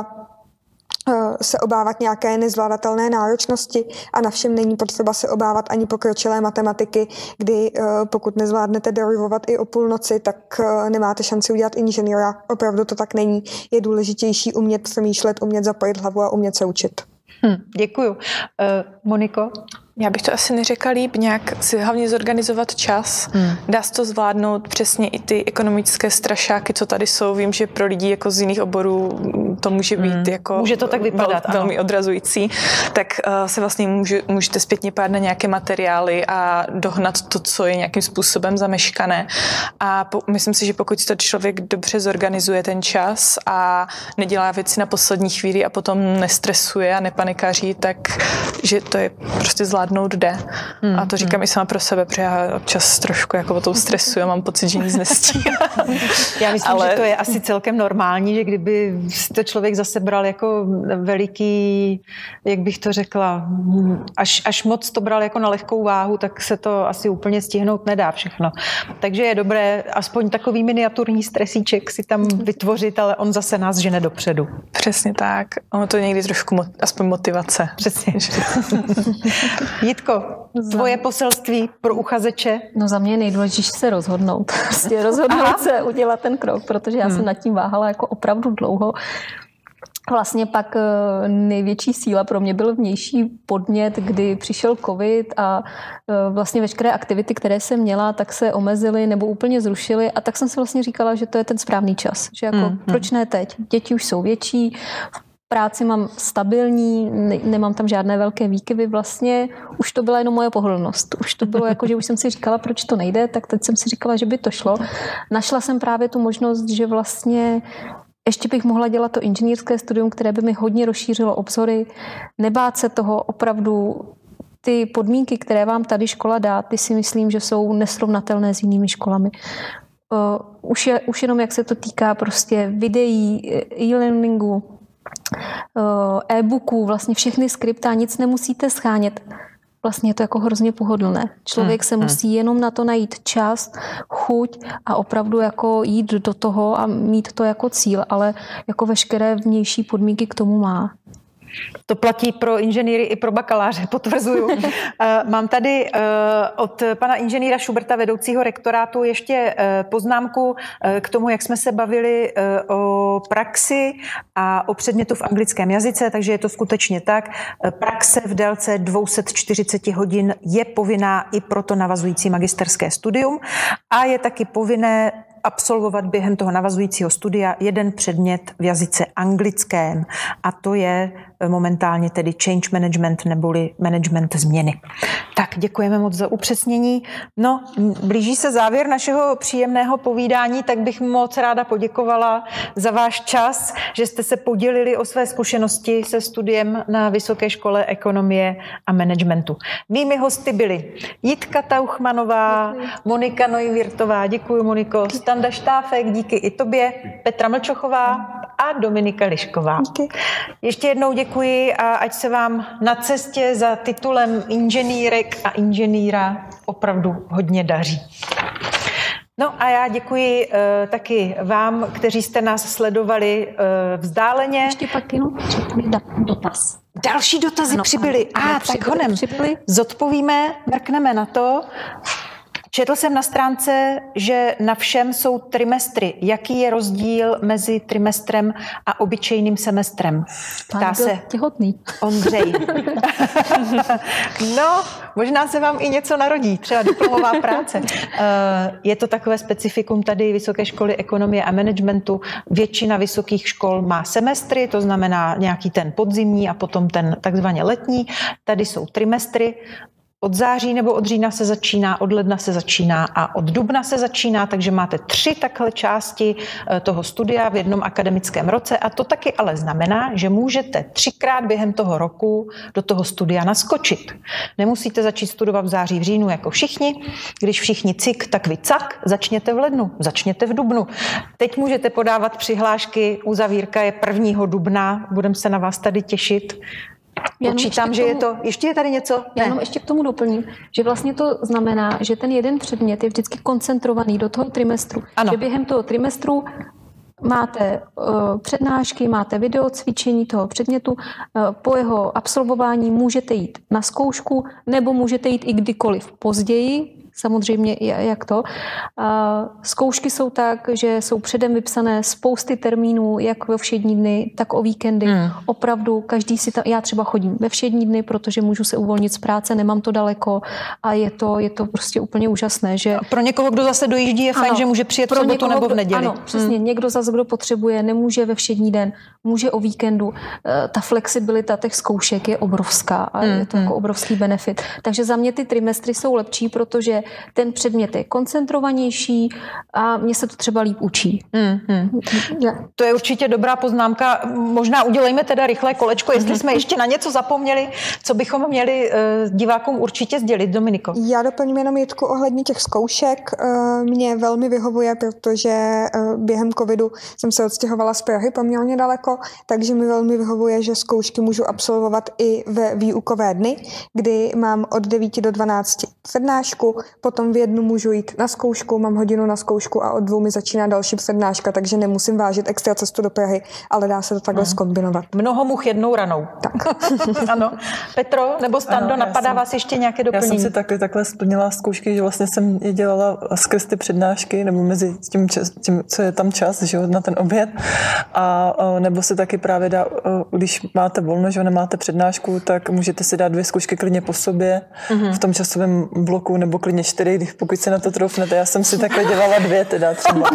se obávat nějaké nezvládatelné náročnosti a na všem není potřeba se obávat ani pokročilé matematiky, kdy pokud nezvládnete derivovat i o půlnoci, tak nemáte šanci udělat inženýra. Opravdu to tak není. Je důležitější umět přemýšlet, umět zapojit hlavu a umět se učit. Hm, děkuju. Uh, Moniko? Já bych to asi neřekla líp, nějak si hlavně zorganizovat čas. Hmm. Dá se to zvládnout přesně i ty ekonomické strašáky, co tady jsou. Vím, že pro lidi jako z jiných oborů to může být hmm. jako může to tak vypadat, vel, velmi odrazující. Tak uh, se vlastně může, můžete zpětně pát na nějaké materiály a dohnat to, co je nějakým způsobem zameškané. A po, myslím si, že pokud to člověk dobře zorganizuje ten čas a nedělá věci na poslední chvíli a potom nestresuje a nepanikaří, tak že to je prostě zvládnout jde. Hmm, a to říkám hmm. i sama pro sebe, protože já občas trošku jako o tom stresuju a mám pocit, že nic nestíhám. Já myslím, ale... že to je asi celkem normální, že kdyby to člověk zase bral jako veliký, jak bych to řekla, až, až moc to bral jako na lehkou váhu, tak se to asi úplně stihnout nedá všechno. Takže je dobré aspoň takový miniaturní stresíček si tam vytvořit, ale on zase nás žene dopředu. Přesně tak. Ono to někdy trošku mo- aspoň motivace. Přesně. Jitko, tvoje poselství pro uchazeče? No za mě je nejdůležitější se rozhodnout. Prostě rozhodnout Aha. se, udělat ten krok, protože já hmm. jsem nad tím váhala jako opravdu dlouho. Vlastně pak největší síla pro mě byl vnější podnět, kdy přišel covid a vlastně veškeré aktivity, které jsem měla, tak se omezily nebo úplně zrušily a tak jsem si vlastně říkala, že to je ten správný čas. Že jako hmm. proč ne teď? Děti už jsou větší, práci mám stabilní, ne, nemám tam žádné velké výkyvy, vlastně už to byla jenom moje pohodlnost. Už to bylo jako, že už jsem si říkala, proč to nejde, tak teď jsem si říkala, že by to šlo. Našla jsem právě tu možnost, že vlastně ještě bych mohla dělat to inženýrské studium, které by mi hodně rozšířilo obzory, nebát se toho opravdu. Ty podmínky, které vám tady škola dá, ty si myslím, že jsou nesrovnatelné s jinými školami. Uh, už, je, už jenom jak se to týká prostě videí, e-learningu, e-booků, vlastně všechny skripta, nic nemusíte schánět. Vlastně je to jako hrozně pohodlné. Člověk se musí jenom na to najít čas, chuť a opravdu jako jít do toho a mít to jako cíl, ale jako veškeré vnější podmínky k tomu má. To platí pro inženýry i pro bakaláře, potvrzuju. Mám tady od pana inženýra Šuberta, vedoucího rektorátu, ještě poznámku k tomu, jak jsme se bavili o praxi a o předmětu v anglickém jazyce, takže je to skutečně tak. Praxe v délce dvě stě čtyřicet hodin je povinná i pro to navazující magisterské studium a je taky povinné absolvovat během toho navazujícího studia jeden předmět v jazyce anglickém a to je momentálně tedy change management neboli management změny. Tak děkujeme moc za upřesnění. No, blíží se závěr našeho příjemného povídání, tak bych moc ráda poděkovala za váš čas, že jste se podělili o své zkušenosti se studiem na Vysoké škole ekonomie a managementu. Mými hosty byly Jitka Tauchmanová, děkuji. Monika Neuwirthová, děkuji Moniko, Standa Štáfek, díky i tobě, Petra Mlčochová a Dominika Lišková. Díky. Ještě jednou děkuji a ať se vám na cestě za titulem inženýrek a inženýra opravdu hodně daří. No a já děkuji uh, taky vám, kteří jste nás sledovali uh, vzdáleně. Ještě pak jenom dotaz. Další dotazy ano, přibyly. A ah, tak honem. Přibyly. Zodpovíme, mrkneme na to. Četl jsem na stránce, že na všem jsou trimestry. Jaký je rozdíl mezi trimestrem a obyčejným semestrem? Ptá se těhotný. Ondřej. No, možná se vám i něco narodí, třeba diplomová práce. Je to takové specifikum tady Vysoké školy ekonomie a managementu. Většina vysokých škol má semestry, to znamená nějaký ten podzimní a potom ten takzvaně letní. Tady jsou trimestry. Od září nebo od října se začíná, od ledna se začíná a od dubna se začíná, takže máte tři takhle části toho studia v jednom akademickém roce a to taky ale znamená, že můžete třikrát během toho roku do toho studia naskočit. Nemusíte začít studovat v září, v říjnu jako všichni. Když všichni cik, tak vy cak, začněte v lednu, začněte v dubnu. Teď můžete podávat přihlášky, uzavírka je prvního dubna, budeme se na vás tady těšit. Počítám, že je to... Ještě je tady něco? Já jenom ještě k tomu doplním, že vlastně to znamená, že ten jeden předmět je vždycky koncentrovaný do toho trimestru. Ano. Že během toho trimestru máte uh, přednášky, máte video cvičení toho předmětu, uh, po jeho absolvování můžete jít na zkoušku nebo můžete jít i kdykoliv později, samozřejmě jak to. Zkoušky jsou tak, že jsou předem vypsané spousty termínů, jak ve všední dny, tak o víkendy. Hmm. Opravdu každý si tam, já třeba chodím ve všední dny, protože můžu se uvolnit z práce, nemám to daleko a je to, je to prostě úplně úžasné. Že... Pro někoho, kdo zase dojíždí, je fajn, ano, že může přijet v sobotu někoho, nebo v neděli. Ano, přesně. Hmm. Někdo zase, kdo potřebuje, nemůže ve všední den, může o víkendu. Ta flexibilita těch zkoušek je obrovská a hmm. je to jako obrovský benefit. Takže za mě ty trimestry jsou lepší, protože ten předmět je koncentrovanější a mně se to třeba líp učí. Hmm, hmm. To je určitě dobrá poznámka. Možná udělejme teda rychlé kolečko, jestli jsme ještě na něco zapomněli, co bychom měli uh, divákům určitě sdělit. Dominiko. Já doplním jenom Jitku ohledně těch zkoušek. Uh, mě velmi vyhovuje, protože uh, během covidu jsem se odstěhovala z Prahy poměrně daleko, takže mi velmi vyhovuje, že zkoušky můžu absolvovat i ve výukové dny, kdy mám od devíti do dvanácti přednášku, potom v jednu můžu jít na zkoušku, mám hodinu na zkoušku a od dvou mi začíná další přednáška, takže nemusím vážit extra cestu do Prahy, ale dá se to takhle hmm. zkombinovat. Mnoho much jednou ranou. Tak. Ano. Petro nebo Stando, ano, napadá jsem, vás ještě nějaké doplnění? Já jsem si takhle, takhle splnila zkoušky, že vlastně jsem je dělala skrz ty přednášky, nebo mezi tím, tím co je tam čas, že na ten oběd. A nebo se taky právě dá, když máte volno, že nemáte přednášku, tak můžete si dát dvě zkoušky klidně po sobě mm-hmm. v tom časovém bloku, nebo klidně čtyři, pokud se na to troufnete. Já jsem si takhle dělala dvě teda třeba.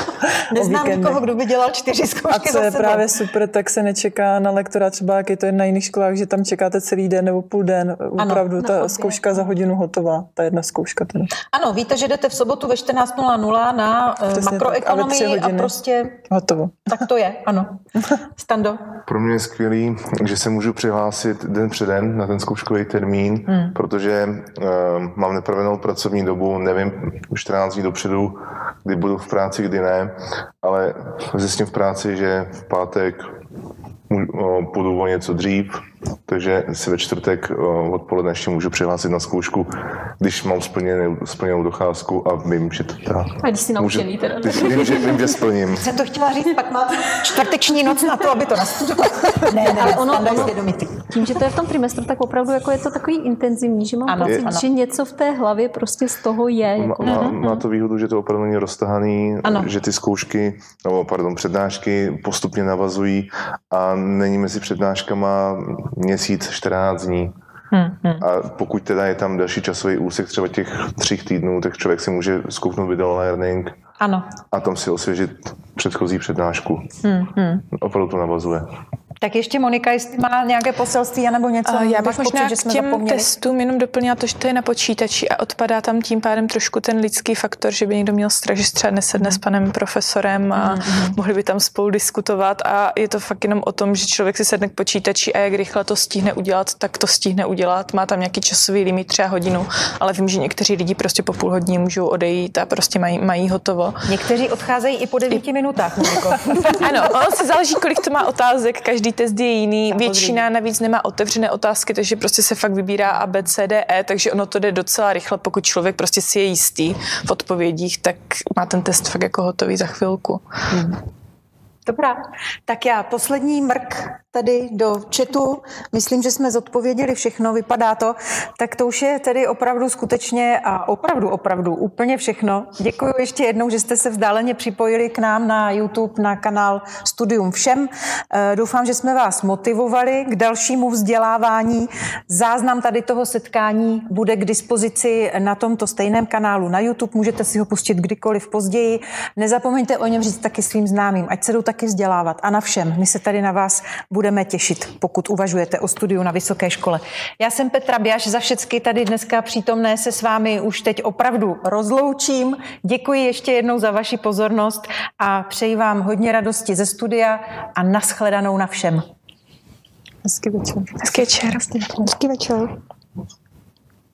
Neznám nikoho, kdo by dělal čtyři zkoušky. A co je právě super, tak se nečeká na lektora, třeba jak je to na jiných školách, že tam čekáte celý den nebo půl den. Opravdu ano, ta zkouška za hodinu hotová, ta jedna zkouška teda. Ano, víte, že jdete v sobotu ve čtrnáct nula nula na Přesně makroekonomii a, a prostě... Hotovo. Tak to je, ano. Stando? Pro mě je skvělý, že se můžu přihlásit den předem na ten zkouškový termín, hmm. protože uh, mám nepravenou pracovní dobu, nevím už čtrnáct dní dopředu, kdy budu v práci, kdy ne, ale zjistím v práci, že v pátek půjdu o něco dřív, Takže si ve čtvrtek odpoledne ještě můžu přihlásit na zkoušku, když mám splněnou, splněnou docházku a vím, že to teda... A když jsi naučený teda. Vím, že, vím, že splním. Jsem to chtěla říct, pak má čtvrteční noc na to, aby to nastudoval. Ne, ne, Ale ono, ono svědomitý. Tím, že to je v tom trimestru, tak opravdu jako je to takový intenzivní, že mám ano, pocit, ano. že něco v té hlavě prostě z toho je. Jako, má, má, má to výhodu, že to opravdu není roztahaný, ano. že ty zkoušky, nebo pardon, přednášky postupně navazují a není mezi přednáškama měsíc, čtrnáct dní. Hmm, hmm. A pokud teda je tam další časový úsek, třeba těch tři týdnů, tak člověk si může zkouknout video learning ano. a tam si osvěžit předchozí přednášku. Hmm, hmm. Opravdu to navazuje. Tak ještě Monika, jestli má nějaké poselství anebo něco. Uh, já bych možná pocit, že jsme k těm zapomněli? testům jenom doplnila to, že to je na počítači a odpadá tam tím pádem trošku ten lidský faktor, že by někdo měl strach, že třeba nesedne mm. s panem profesorem a mm. mohli by tam spolu diskutovat a je to fakt jenom o tom, že člověk si sedne k počítači a jak rychle to stihne udělat, tak to stihne udělat. Má tam nějaký časový limit, třeba hodinu, ale vím, že někteří lidi prostě po půl hodině můžou odejít a prostě mají, mají hotovo. Někteří odcházejí i po devíti minutách, Moniko. Ano, ono se záleží, kolik to má otázek, každý test je jiný. Většina navíc nemá otevřené otázky, takže prostě se fakt vybírá A, B, C, D, E, takže ono to jde docela rychle, pokud člověk prostě si je jistý v odpovědích, tak má ten test fakt jako hotový za chvilku. Hmm. Dobrá, tak já poslední mrk tady do chatu. Myslím, že jsme zodpověděli všechno, vypadá to. Tak to už je tedy opravdu skutečně a opravdu, opravdu úplně všechno. Děkuji ještě jednou, že jste se vzdáleně připojili k nám na YouTube, na kanál Studium všem. Doufám, že jsme vás motivovali k dalšímu vzdělávání. Záznam tady toho setkání bude k dispozici na tomto stejném kanálu na YouTube. Můžete si ho pustit kdykoliv později. Nezapomeňte o něm říct taky svým známým, ať se jdou taky vzdělávat a na všem. My se tady na vás budeme těšit, pokud uvažujete o studiu na vysoké škole. Já jsem Petra Bjaš, za všecky tady dneska přítomné se s vámi už teď opravdu rozloučím. Děkuji ještě jednou za vaši pozornost a přeji vám hodně radosti ze studia a nashledanou na všem. Hezký večer. Hezký večer. Hezký večer.